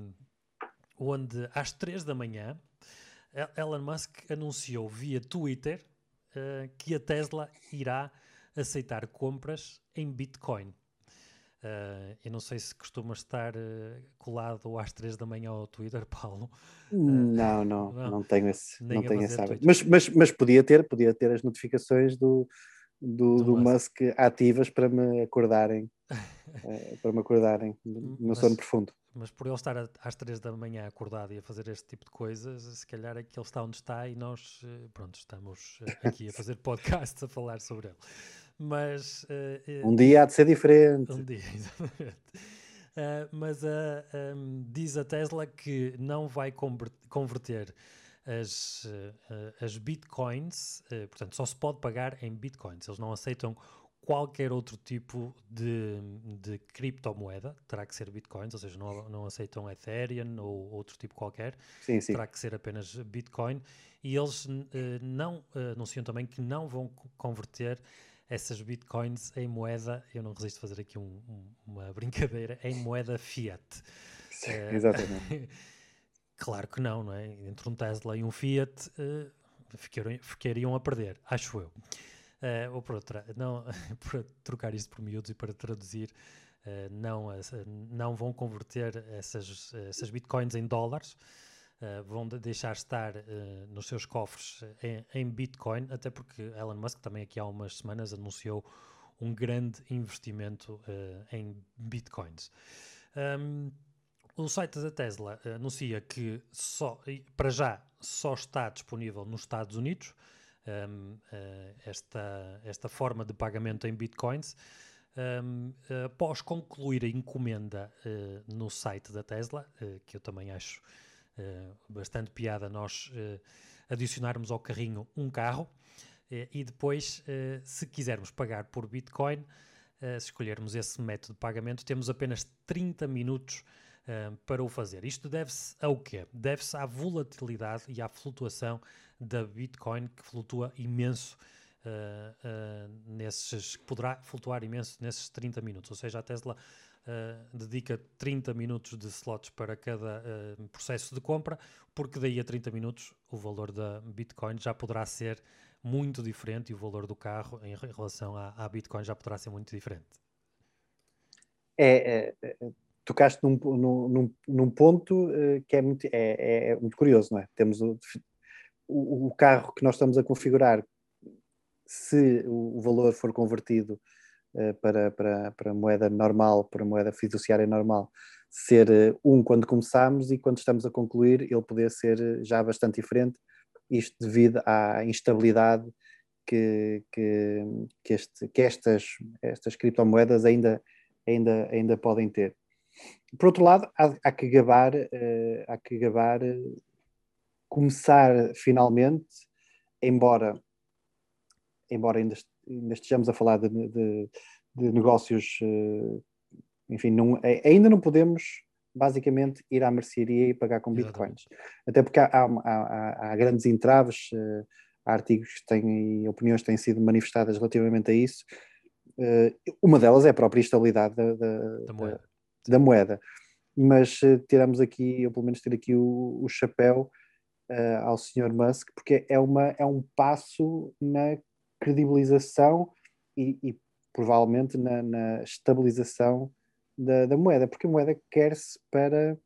onde às três da manhã Elon Musk anunciou via Twitter uh, que a Tesla irá aceitar compras em Bitcoin. Uh, eu não sei se costumas estar uh, colado às três da manhã ao Twitter, Paulo. Uh, Não, não, não, não tenho esse, não nem a tenho fazer esse hábito. tweets. Mas, mas, mas podia ter, podia ter as notificações do, do, Do do Musk. Musk ativas para me acordarem, uh, para me acordarem no meu sono Mas, profundo. mas por ele estar a, às três da manhã acordado e a fazer este tipo de coisas, se calhar é que ele está onde está e nós, pronto, estamos aqui a fazer podcasts a falar sobre ele. Mas uh, Um uh, dia diz, há de ser diferente. um dia, exatamente. Uh, mas uh, um, diz a Tesla que não vai converter as, uh, as bitcoins, uh, portanto, só se pode pagar em bitcoins. Eles não aceitam qualquer outro tipo de, de criptomoeda, terá que ser bitcoins, ou seja, não, não aceitam Ethereum ou outro tipo qualquer, Sim, sim. terá que ser apenas bitcoin. E eles uh, não uh, anunciam também que não vão converter essas bitcoins em moeda, eu não resisto a fazer aqui um, um, uma brincadeira, em moeda fiat. Sim, exatamente. Claro que não, não é? Entre um Tesla e um Fiat uh, ficariam, ficariam a perder, acho eu. Uh, ou por outra, não, para trocar isto por miúdos e para traduzir, uh, não, uh, não vão converter essas, essas bitcoins em dólares, uh, vão deixar estar uh, nos seus cofres em, em Bitcoin, até porque Elon Musk também aqui há umas semanas anunciou um grande investimento uh, em Bitcoins. Um, O site da Tesla uh, anuncia que só, para já só está disponível nos Estados Unidos um, uh, esta, esta forma de pagamento em bitcoins. Um, uh, após concluir a encomenda uh, no site da Tesla, uh, que eu também acho uh, bastante piada nós uh, adicionarmos ao carrinho um carro, uh, e depois, uh, se quisermos pagar por bitcoin, uh, se escolhermos esse método de pagamento, temos apenas trinta minutos Uh, para o fazer. Isto deve-se ao quê? Deve-se à volatilidade e à flutuação da Bitcoin, que flutua imenso uh, uh, nesses, poderá flutuar imenso nesses trinta minutos. Ou seja, a Tesla uh, dedica trinta minutos de slots para cada uh, processo de compra, porque daí a trinta minutos o valor da Bitcoin já poderá ser muito diferente e o valor do carro em relação à, à Bitcoin já poderá ser muito diferente. É, é, é, tocaste num, num, num ponto uh, que é muito, é, é, é muito curioso, não é? Temos o, o, o carro que nós estamos a configurar, se o, o valor for convertido uh, para, para, para moeda normal, para moeda fiduciária normal, ser uh, um quando começamos e quando estamos a concluir ele poder ser já bastante diferente, isto devido à instabilidade que, que, que, este, que estas, estas criptomoedas ainda Ainda, ainda podem ter. Por outro lado, há, há que gabar, uh, há que gabar uh, começar finalmente, embora, embora ainda, ainda estejamos a falar de, de, de negócios, uh, enfim, não, ainda não podemos basicamente ir à mercearia e pagar com bitcoins. Até porque há, há, há, há grandes entraves, uh, há artigos que têm, e opiniões que têm sido manifestadas relativamente a isso. Uh, uma delas é a própria estabilidade da, da, da, moeda. da, da moeda, mas uh, tiramos aqui, eu pelo menos tiro aqui o, o chapéu uh, ao senhor Musk, porque é, uma, é um passo na credibilização e, e provavelmente na, na estabilização da, da moeda, porque a moeda quer-se para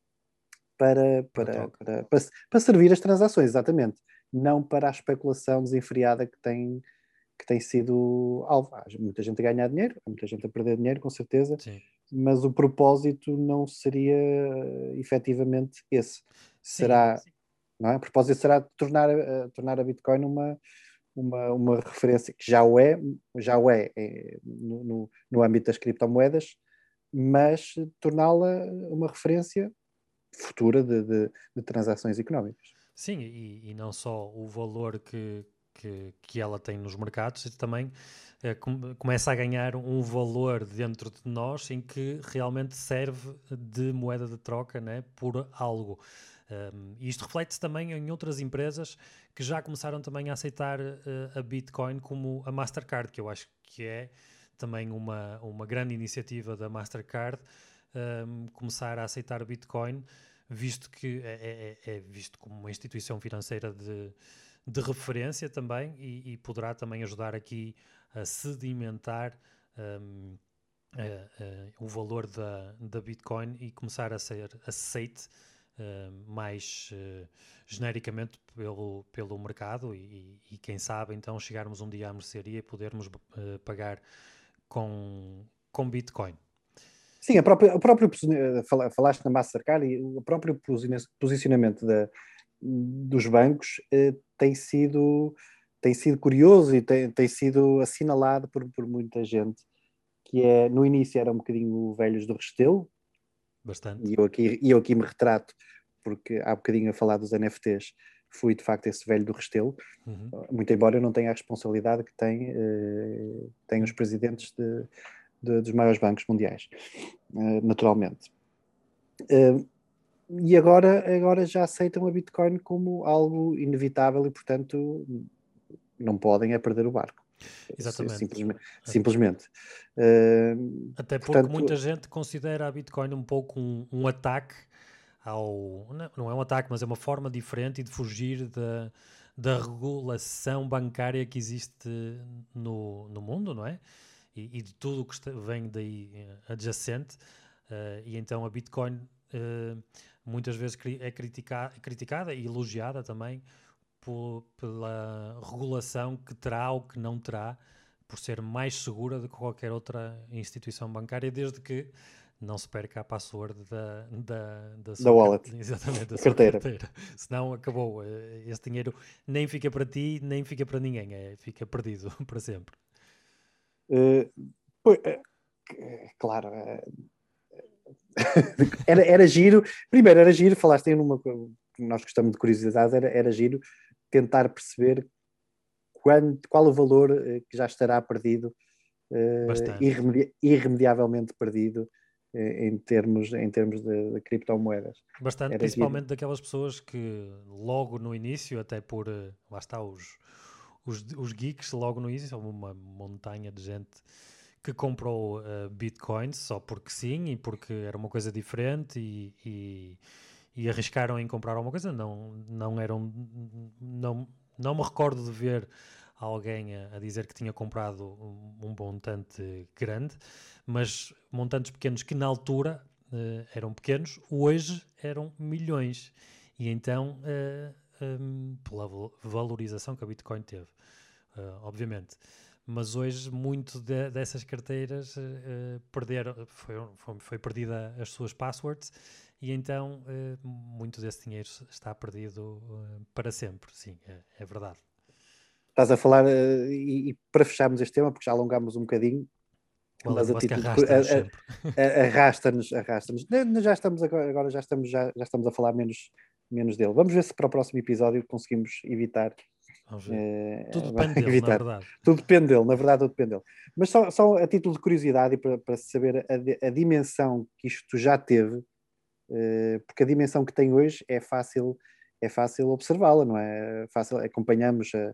para, para, para, para, para servir as transações, exatamente, não para a especulação desenfreada que tem que tem sido alvo. Há muita gente a ganhar dinheiro, há muita gente a perder dinheiro, com certeza, Sim. Mas o propósito não seria efetivamente esse. Sim, Será, sim. não é? O propósito será tornar, uh, tornar a Bitcoin uma, uma, uma referência, que já o é, já o é, é no, no, no âmbito das criptomoedas, mas torná-la uma referência futura de, de, de transações económicas. Sim, e, e não só o valor que, que, que ela tem nos mercados, e também eh, com, começa a ganhar um valor dentro de nós em que realmente serve de moeda de troca, né, por algo. Um, e isto reflete-se também em outras empresas que já começaram também a aceitar uh, a Bitcoin, como a Mastercard, que eu acho que é também uma, uma grande iniciativa da Mastercard, um, começar a aceitar Bitcoin, visto que é, é, é visto como uma instituição financeira de, de referência também, e, e poderá também ajudar aqui a sedimentar um, a, a, o valor da, da Bitcoin e começar a ser aceite uh, mais uh, genericamente pelo, pelo mercado e, e quem sabe então chegarmos um dia à mercearia e podermos uh, pagar com, com Bitcoin. Sim, a própria, o próprio falaste na Mastercard e o próprio posicionamento da, dos bancos eh, tem sido tem sido curioso e tem, tem sido assinalado por, por muita gente, que é, no início era um bocadinho velhos do Restelo. Bastante. E eu aqui, e eu aqui me retrato, porque há bocadinho a falar dos N F Ts, fui de facto esse velho do Restelo, uhum. muito embora eu não tenha a responsabilidade que têm, eh, têm os presidentes de, de, dos maiores bancos mundiais, eh, naturalmente. Uh, e agora, agora já aceitam a Bitcoin como algo inevitável e, portanto, não podem é perder o barco. Exatamente. Simplesmente. simplesmente. Uh, Até porque portanto, muita gente considera a Bitcoin um pouco um, um ataque ao não, não é um ataque, mas é uma forma diferente de fugir da, da regulação bancária que existe no, no mundo, não é? E, e de tudo o que está, vem daí adjacente. Uh, e então a Bitcoin uh, muitas vezes é critica, criticada e elogiada também por, pela regulação que terá ou que não terá, por ser mais segura do que qualquer outra instituição bancária, desde que não se perca a password da, da, da sua da wallet. Exatamente, da sua carteira. carteira. Senão acabou. Esse dinheiro nem fica para ti, nem fica para ninguém. É, fica perdido para sempre. Uh, pois, uh, claro. Uh, era, era giro. Primeiro, era giro. Falaste aí numa. Nós gostamos de curiosidade. Era, era giro tentar perceber quando, qual o valor uh, que já estará perdido, uh, irremedi- irremediavelmente perdido. Em termos, em termos de, de criptomoedas. Bastante, Era principalmente giro. Daquelas pessoas que logo no início, até por, lá está, os, os, os geeks logo no início, uma montanha de gente que comprou uh, bitcoins só porque sim e porque era uma coisa diferente e, e, e arriscaram em comprar alguma coisa. Não, não eram, não, não me recordo de ver alguém a, a dizer que tinha comprado um, um montante grande, mas montantes pequenos que na altura uh, eram pequenos, hoje eram milhões. E então, uh, um, pela valorização que a Bitcoin teve, uh, obviamente. Mas hoje, muito de, dessas carteiras uh, perderam, foi, foi, foi perdida as suas passwords e então uh, muito desse dinheiro está perdido uh, para sempre. Sim, é, é verdade. Estás a falar, uh, e, e para fecharmos este tema, porque já alongámos um bocadinho, o mas a título arrasta-nos sempre. Arrasta-nos, arrasta-nos. Já estamos agora, agora já estamos, já, já estamos a falar menos, menos dele. Vamos ver se para o próximo episódio conseguimos evitar. Uh, tudo depende dele, evitar. Na verdade. Tudo depende dele, na verdade, tudo depende dele. Mas só, só a título de curiosidade e para, para saber a, a dimensão que isto já teve, uh, porque a dimensão que tem hoje é fácil, é fácil observá-la, não é? Fácil, acompanhamos a,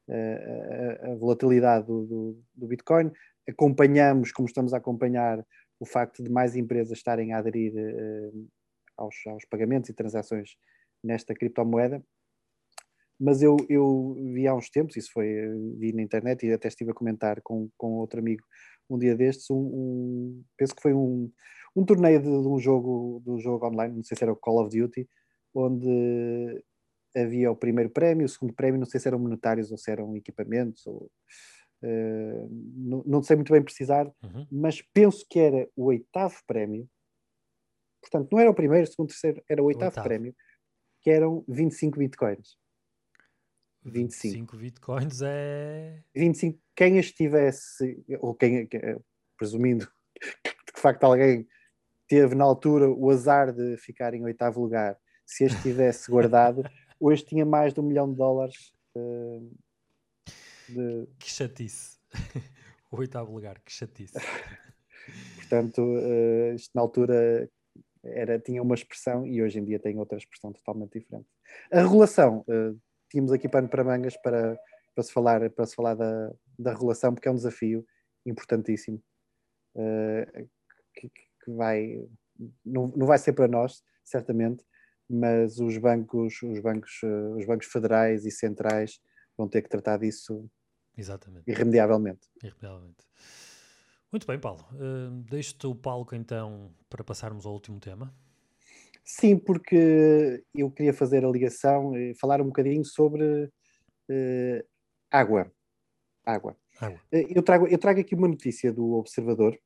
a, a volatilidade do, do, do Bitcoin, acompanhamos, como estamos a acompanhar, o facto de mais empresas estarem a aderir uh, aos, aos pagamentos e transações nesta criptomoeda. Mas eu, eu vi há uns tempos, isso foi, vi na internet e até estive a comentar com, com outro amigo um dia destes, um, um, penso que foi um, um torneio de, de um jogo, de um jogo online, não sei se era o Call of Duty, onde havia o primeiro prémio, o segundo prémio, não sei se eram monetários ou se eram equipamentos, ou, uh, não, não sei muito bem precisar, uhum. mas penso que era o oitavo prémio, portanto não era o primeiro, o segundo, o terceiro, era o oitavo, o oitavo. prémio, que eram vinte e cinco bitcoins. vinte e cinco bitcoins é... vinte e cinco, quem estivesse, ou quem, presumindo que de facto alguém teve na altura o azar de ficar em oitavo lugar, se este tivesse guardado, hoje tinha mais de um milhão de dólares. Uh, de... Que chatice. O oitavo lugar, que chatice. Portanto, uh, isto na altura era, tinha uma expressão e hoje em dia tem outra expressão totalmente diferente. A regulação, uh, tínhamos aqui pano para mangas para, para se falar, para se falar da, da regulação, porque é um desafio importantíssimo, uh, que, que vai, não, não vai ser para nós, certamente, mas os bancos, os bancos, uh, os bancos federais e centrais vão ter que tratar disso. Exatamente. Irremediavelmente. Irremediavelmente. Muito bem, Paulo. Uh, deixo-te o palco então para passarmos ao último tema. Sim, porque eu queria fazer a ligação e falar um bocadinho sobre uh, água. Água. água. Uh, eu, trago, eu trago aqui uma notícia do Observador,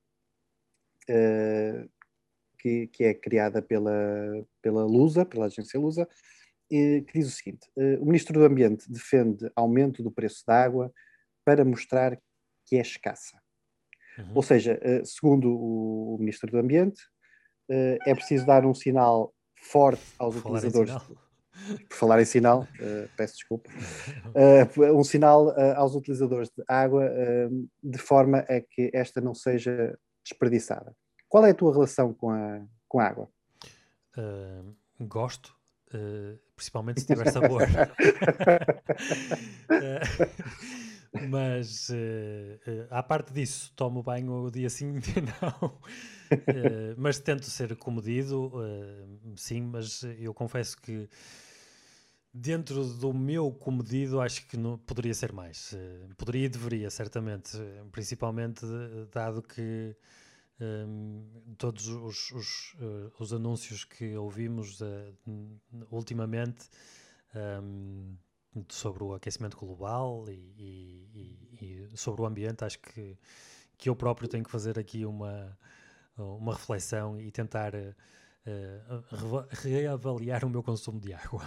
uh, que, que é criada pela, pela Lusa, pela agência Lusa, uh, que diz o seguinte: uh, o Ministro do Ambiente defende aumento do preço da água para mostrar que é escassa. Uhum. Ou seja, uh, segundo o, o Ministro do Ambiente, uh, é preciso dar um sinal forte aos Por utilizadores. Falar Por falar em sinal, uh, peço desculpa. Uh, um sinal uh, aos utilizadores de água, uh, de forma a que esta não seja desperdiçada. Qual é a tua relação com a, com a água? Uh, gosto, uh, principalmente se tiver sabor. uh, Mas, uh, uh, à parte disso, tomo banho o dia sim, dia não. Uh, mas tento ser comedido, uh, sim, mas eu confesso que dentro do meu comedido acho que não, poderia ser mais. Uh, poderia e deveria, certamente. Uh, principalmente uh, dado que um, todos os, os, uh, os anúncios que ouvimos uh, ultimamente um, sobre o aquecimento global e, e, e, sobre o ambiente, acho que, que eu próprio tenho que fazer aqui uma, uma reflexão e tentar uh, uh, reavaliar o meu consumo de água.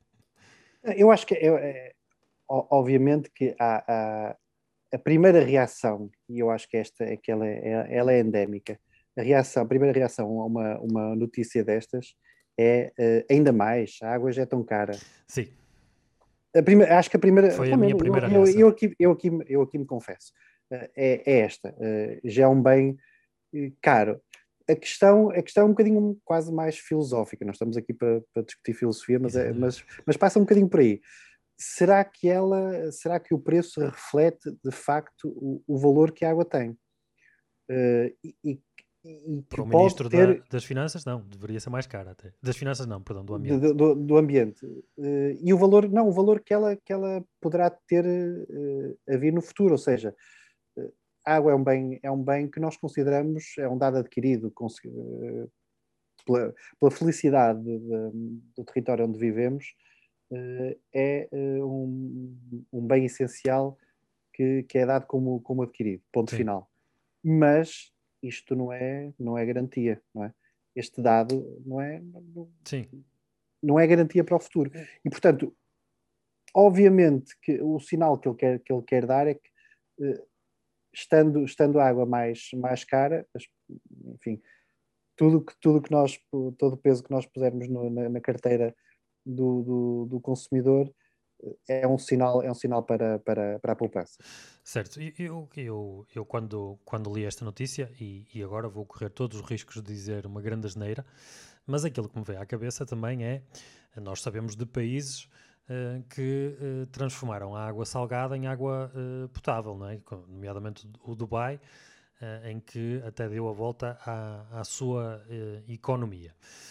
Eu acho que, é, é, obviamente, que há, há a primeira reação, e eu acho que esta é que ela é, ela é endémica, a reação, a primeira reação a uma, uma notícia destas é uh, ainda mais, a água já é tão cara. Sim. A primeira, acho que a primeira, foi a também, minha primeira eu, eu, reação. eu, aqui, eu, aqui, eu aqui me confesso, uh, é, é esta, uh, já é um bem uh, caro. A questão, a questão é um bocadinho quase mais filosófica, nós estamos aqui para, para discutir filosofia, mas, é, mas, mas passa um bocadinho por aí. Será que ela, será que o preço reflete de facto o, o valor que a água tem? Uh, e, e, e Para que o pode ministro da, ter das Finanças, não, deveria ser mais cara até. Das Finanças não, perdão, do ambiente. do, do, do ambiente. Uh, e o valor, não, o valor que ela, que ela poderá ter uh, a vir no futuro, ou seja, uh, a água é um bem, é um bem que nós consideramos, é um dado adquirido uh, pela, pela felicidade de, de, do território onde vivemos, uh, é uh, um, um bem essencial que, que é dado como, como adquirido, ponto Sim. final. Mas isto não é, não é garantia, não é? Este dado não é, não, Sim. não é garantia para o futuro. E, portanto, obviamente que o sinal que ele quer, que ele quer dar é que, eh, estando, estando a água mais, mais cara, enfim, tudo que, tudo que nós, todo o peso que nós pusermos no, na, na carteira do, do, do consumidor é um sinal, é um sinal para, para, para a poupança. Certo, eu, eu, eu quando, quando li esta notícia, e, e agora vou correr todos os riscos de dizer uma grande asneira, mas aquilo que me veio à cabeça também é, nós sabemos de países uh, que uh, transformaram a água salgada em água uh, potável, não é? Nomeadamente o Dubai, uh, em que até deu a volta à, à sua uh, economia.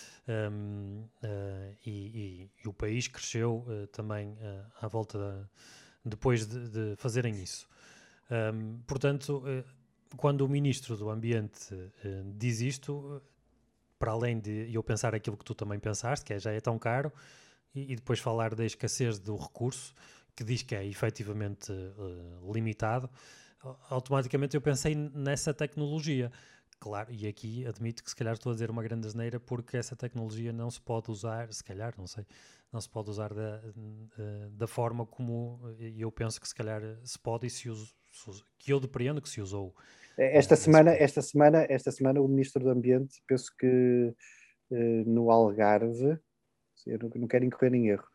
Um, uh, e, e, e o país cresceu uh, também uh, à volta da, depois de, de fazerem isso. Um, portanto, uh, quando o Ministro do Ambiente uh, diz isto, uh, para além de eu pensar aquilo que tu também pensaste, que é, já é tão caro, e, e depois falar da escassez do recurso, que diz que é efetivamente uh, limitado, automaticamente eu pensei nessa tecnologia. Claro, e aqui admito que se calhar estou a dizer uma grande asneira, porque essa tecnologia não se pode usar, se calhar, não sei, não se pode usar da, da forma como eu penso que se calhar se pode e se usa, que eu depreendo que se usou uh, Esta nesse semana, período. esta semana, esta semana o Ministro do Ambiente, penso que uh, no Algarve, eu não, não quero incorrer em erro,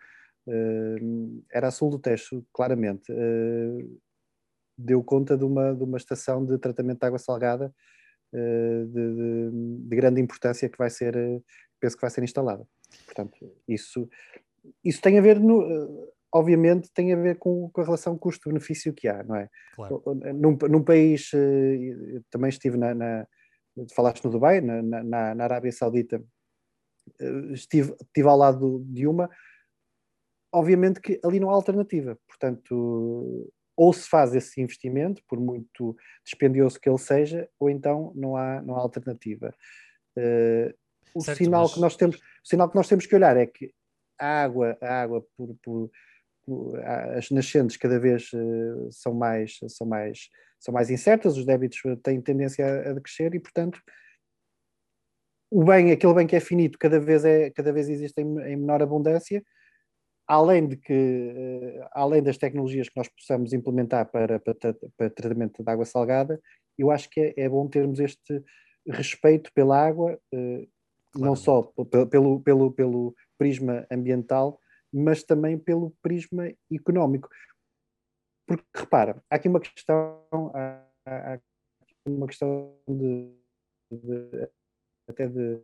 uh, era a sul do Tejo, claramente, uh, deu conta de uma, de uma estação de tratamento de água salgada uh, de, de, de, grande importância que vai ser, uh, penso que vai ser instalada. Portanto, isso, isso tem a ver, no, uh, obviamente, tem a ver com, com a relação custo-benefício que há, não é? Claro. Num, num país, uh, também estive na, na falaste no Dubai, na, na, na Arábia Saudita, estive, estive ao lado de uma, obviamente que ali não há alternativa, portanto, ou se faz esse investimento, por muito dispendioso que ele seja, ou então não há, não há alternativa. Uh, o Certo, sinal que mas nós temos, o sinal que nós temos que olhar é que a água, a água por, por, por as nascentes cada vez uh, são mais, são mais, são mais incertas, os débitos têm tendência a, a decrescer e, portanto, o bem, aquele bem que é finito, cada vez, é, cada vez existe em, em menor abundância, além de que, uh, além das tecnologias que nós possamos implementar para, para, para tratamento de água salgada, eu acho que é, é bom termos este respeito pela água, uh, não só pelo, pelo, pelo prisma ambiental, mas também pelo prisma económico. Porque, repara, há aqui uma questão, há, há aqui uma questão de, de até de,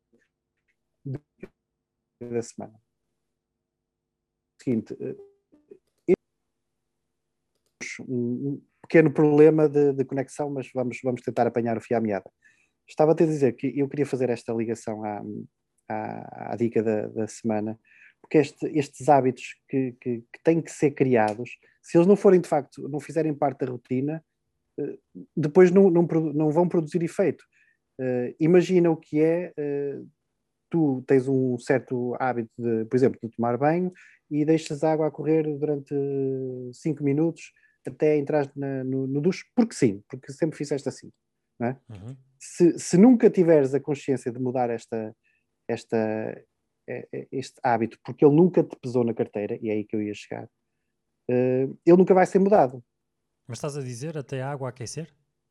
de, da semana. O seguinte, tivemos um, um pequeno problema de, de conexão, mas vamos, vamos tentar apanhar o fio à meada. Estava-te a dizer que eu queria fazer esta ligação à, à, à dica da, da semana, porque este, estes hábitos que, que, que têm que ser criados, se eles não forem de facto, não fizerem parte da rotina, depois não, não, não vão produzir efeito. Uh, imagina o que é, uh, tu tens um certo hábito, de, por exemplo, de tomar banho e deixas a água a correr durante cinco minutos até entrar na, no, no duche, porque sim, porque sempre fizeste assim. Não é? Uhum. se, se nunca tiveres a consciência de mudar esta, esta, este hábito, porque ele nunca te pesou na carteira, e é aí que eu ia chegar, uh, ele nunca vai ser mudado. Mas estás a dizer até a água aquecer?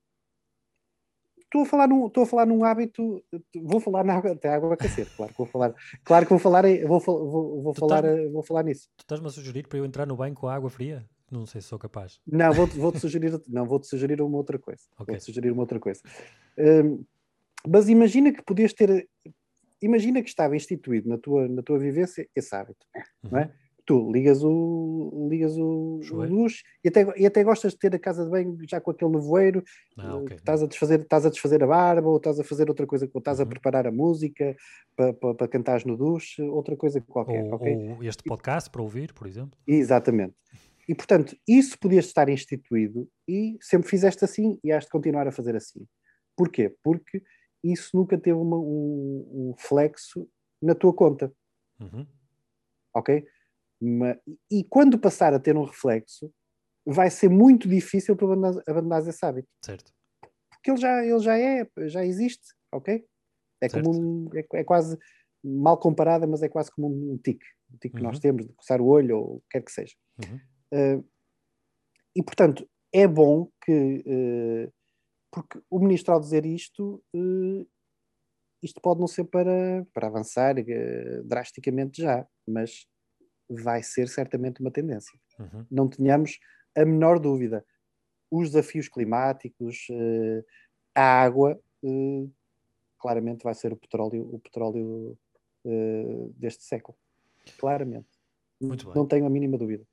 Estou a falar num, estou a falar num hábito, vou falar na água, até a água aquecer, claro que vou falar, claro que vou falar, vou, vou, vou falar, vou falar nisso. Tu estás-me a sugerir para eu entrar no banho com a água fria? Não sei se sou capaz. Não, vou-te vou sugerir, não, vou-te sugerir uma outra coisa. Okay. Vou-te sugerir uma outra coisa. Um, mas imagina que podias ter, imagina que estava instituído na tua, na tua vivência esse hábito, uhum. Não é? Tu ligas o, ligas o, o duche e até, e até gostas de ter a casa de banho já com aquele nevoeiro, ah, okay. estás, a desfazer, estás a desfazer a barba, ou estás a fazer outra coisa, ou estás uhum. a preparar a música para, para, para cantares no duche, outra coisa qualquer. Ou, okay? ou este podcast e, para ouvir, por exemplo. Exatamente. E, portanto, isso podias estar instituído e sempre fizeste assim e has de continuar a fazer assim. Porquê? Porque isso nunca teve uma, um, um flexo na tua conta. Uhum. Ok? Mas, e quando passar a ter um reflexo, vai ser muito difícil para abandonar, abandonar esse hábito. Certo. Porque ele já, ele já é, já existe, ok? É certo. como um, é, é quase, mal comparada, mas é quase como um tique. Um tique uhum. que nós temos, de coçar o olho ou o que quer que seja. Uhum. Uh, e, portanto, é bom que, uh, porque o ministro ao dizer isto, uh, isto pode não ser para, para avançar uh, drasticamente já, mas vai ser certamente uma tendência. Uhum. Não tenhamos a menor dúvida. Os desafios climáticos, uh, a água, uh, claramente vai ser o petróleo, o petróleo uh, deste século. Claramente. Muito bem. Não tenho a mínima dúvida.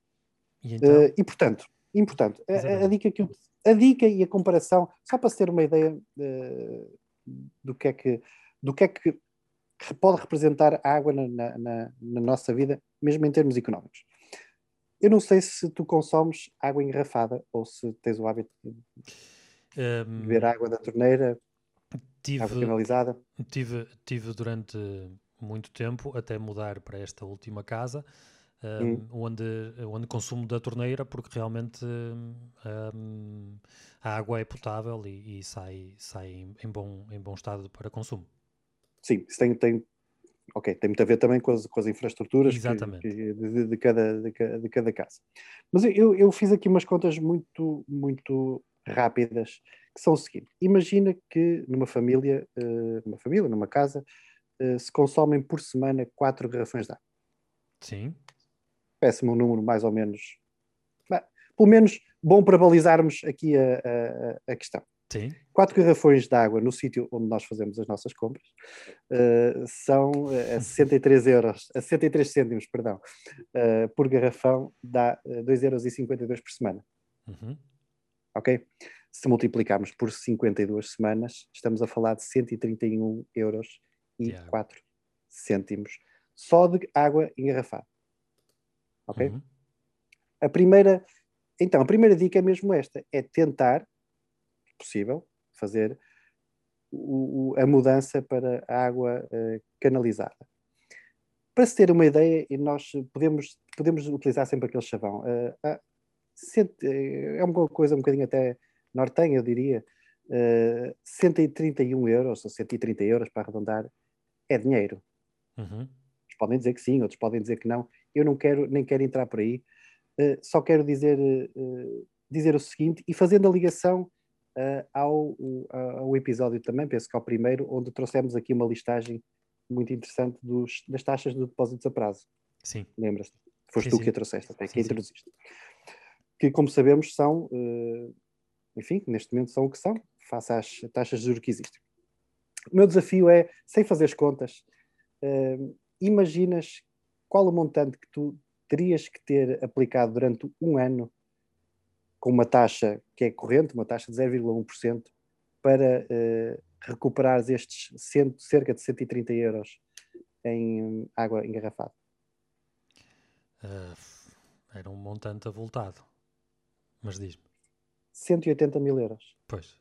E, então? uh, e portanto, importante, a, a, dica que eu, a dica e a comparação, só para se ter uma ideia uh, do que é que, do que é que pode representar a água na, na, na nossa vida, mesmo em termos económicos. Eu não sei se tu consomes água engarrafada ou se tens o hábito de um, beber água da torneira, tive, água canalizada. Tive, tive durante muito tempo, até mudar para esta última casa, um, hum. onde, onde consumo da torneira, porque realmente um, a água é potável e, e sai, sai em, em, bom, em bom estado para consumo. Sim, isso tem, tem, okay, tem muito a ver também com as, com as infraestruturas que, que, de, de, cada, de, de cada casa. Mas eu, eu fiz aqui umas contas muito, muito rápidas, que são o seguinte: imagina que numa família, numa família, numa casa, se consomem por semana quatro garrafões de água. Sim. Peço-me um número mais ou menos, bah, pelo menos bom para balizarmos aqui a, a, a questão. Sim. Quatro garrafões de água no sítio onde nós fazemos as nossas compras uh, são a sessenta e três euros, a sessenta e três cêntimos, perdão, uh, por garrafão dá dois euros e cinquenta e dois por semana. Uhum. Ok? Se multiplicarmos por cinquenta e duas semanas, estamos a falar de cento e trinta e um euros e quatro cêntimos só de água engarrafada. Ok? Uhum. A primeira, então, a primeira dica é mesmo esta, é tentar, possível, fazer o, o, a mudança para a água uh, canalizada. Para se ter uma ideia, nós podemos, podemos utilizar sempre aquele chavão. Uh, uh, cento, uh, é uma coisa um bocadinho até nortenha, eu diria. Uh, cento e trinta e um euros, ou cento e trinta euros para arredondar, é dinheiro. Uhum. Uns podem dizer que sim, outros podem dizer que não. Eu não quero, nem quero entrar por aí. Uh, só quero dizer, uh, dizer o seguinte, e fazendo a ligação uh, ao, ao episódio também, penso que ao primeiro, onde trouxemos aqui uma listagem muito interessante dos, das taxas de depósitos a prazo. Sim. Lembras-te? Foste sim, tu sim. que a trouxeste, até sim, que a introduziste. Que, como sabemos, são, uh, enfim, neste momento são o que são, face às taxas de juros que existem. O meu desafio é, sem fazer as contas, uh, imaginas qual o montante que tu terias que ter aplicado durante um ano com uma taxa que é corrente, uma taxa de zero vírgula um por cento, para uh, recuperares estes cento, cerca de cento e trinta euros em água engarrafada. Uh, era um montante avultado, mas diz-me. cento e oitenta mil euros. Pois.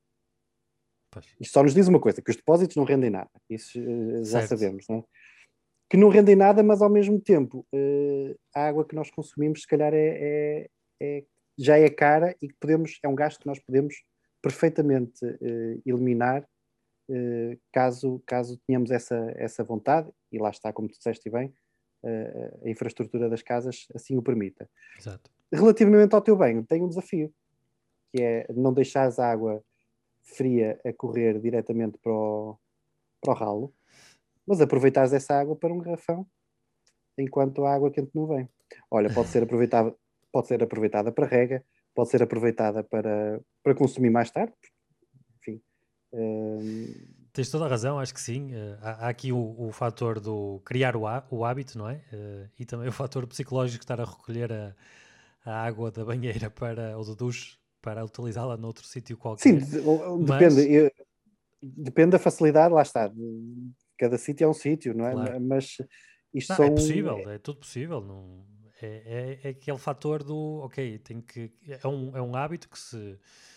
Pois. Isto só nos diz uma coisa, que os depósitos não rendem nada. Isso uh, já Certo. sabemos, não é? Que não rendem nada, mas ao mesmo tempo uh, a água que nós consumimos se calhar é, é, é, já é cara e que podemos, é um gasto que nós podemos perfeitamente uh, eliminar uh, caso, caso tenhamos essa, essa vontade, e lá está, como tu disseste bem, uh, a infraestrutura das casas assim o permita. Exato. Relativamente ao teu banho, tem um desafio, que é não deixares a água fria a correr diretamente para o, para o ralo, mas aproveitares essa água para um garrafão enquanto a água quente não vem. Olha, pode ser aproveitada, pode ser aproveitada para rega, pode ser aproveitada para, para consumir mais tarde. Enfim. Hum... Tens toda a razão, acho que sim. Uh, há, há aqui o, o fator do criar o, há, o hábito, não é? Uh, e também o fator psicológico de estar a recolher a, a água da banheira para, ou do duche para utilizá-la noutro sítio qualquer. Sim, depende. Mas... Eu, depende da facilidade, lá está. Cada sítio é um sítio, não é? Claro. Mas isto não, são... É possível, é tudo possível. Não, é, é, é aquele fator do, ok, tem que, é, um, é um hábito que, se,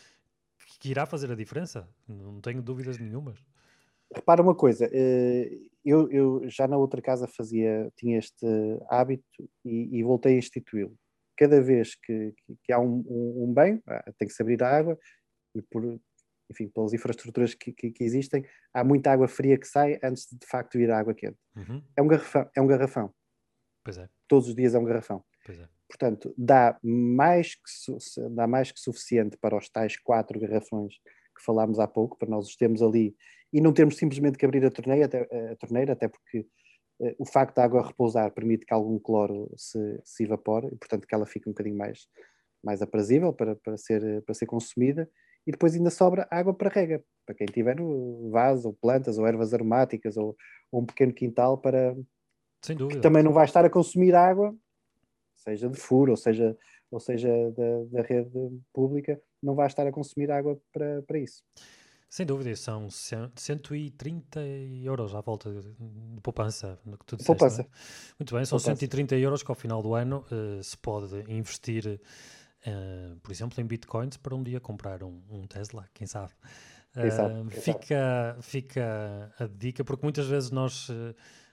que irá fazer a diferença. Não tenho dúvidas nenhumas. Repara uma coisa, eu, eu já na outra casa fazia, tinha este hábito e, e voltei a instituí-lo. Cada vez que, que, que há um, um, um banho, tem que se abrir a água e por, enfim, pelas infraestruturas que, que, que existem, há muita água fria que sai antes de de facto ir a água quente. Uhum. É um garrafão, é um garrafão. Pois é. Todos os dias é um garrafão. Pois é. Portanto, dá mais, que, dá mais que suficiente para os tais quatro garrafões que falámos há pouco, para nós os termos ali e não termos simplesmente que abrir a torneira, até, a torneira, até porque uh, o facto da água repousar permite que algum cloro se, se evapore e, portanto, que ela fique um bocadinho mais, mais aprazível para, para, ser, para ser consumida. E depois ainda sobra água para rega, para quem tiver vaso, ou plantas, ou ervas aromáticas, ou, ou um pequeno quintal, para Sem dúvida. Que também não vai estar a consumir água, seja de furo, ou seja, ou seja da, da rede pública, não vai estar a consumir água para, para isso. Sem dúvida, são cento e trinta euros à volta de, de poupança, no que tu disseste, poupança. Não é? Muito bem, são poupança. cento e trinta euros que ao final do ano uh, se pode investir, uh, por exemplo, em bitcoins para um dia comprar um, um Tesla, quem sabe. Quem sabe, Uh, quem fica, sabe. fica a dica, porque muitas vezes nós... Uh,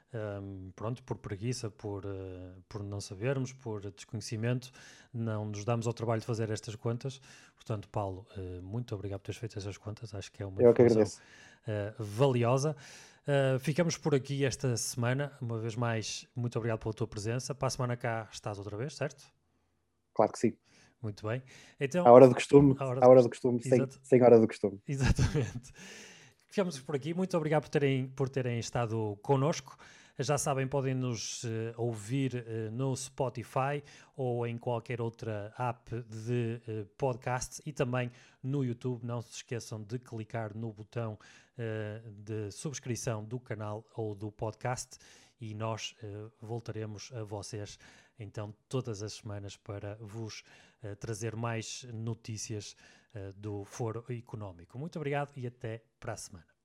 Um, pronto, por preguiça, por, uh, por não sabermos, por desconhecimento, não nos damos ao trabalho de fazer estas contas. Portanto, Paulo, uh, muito obrigado por teres feito essas contas, acho que é uma Eu informação uh, valiosa. Uh, ficamos por aqui esta semana, uma vez mais, muito obrigado pela tua presença. Para a semana cá estás outra vez, certo? Claro que sim. Muito bem. Então, a hora do costume, a hora do, hora do costume, sem, sem hora do costume. Exatamente. Ficamos por aqui. Muito obrigado por terem, por terem estado connosco. Já sabem, podem nos uh, ouvir uh, no Spotify ou em qualquer outra app de uh, podcast e também no YouTube. Não se esqueçam de clicar no botão uh, de subscrição do canal ou do podcast e nós uh, voltaremos a vocês então todas as semanas para vos uh, trazer mais notícias uh, do Foro Económico. Muito obrigado e até para a semana.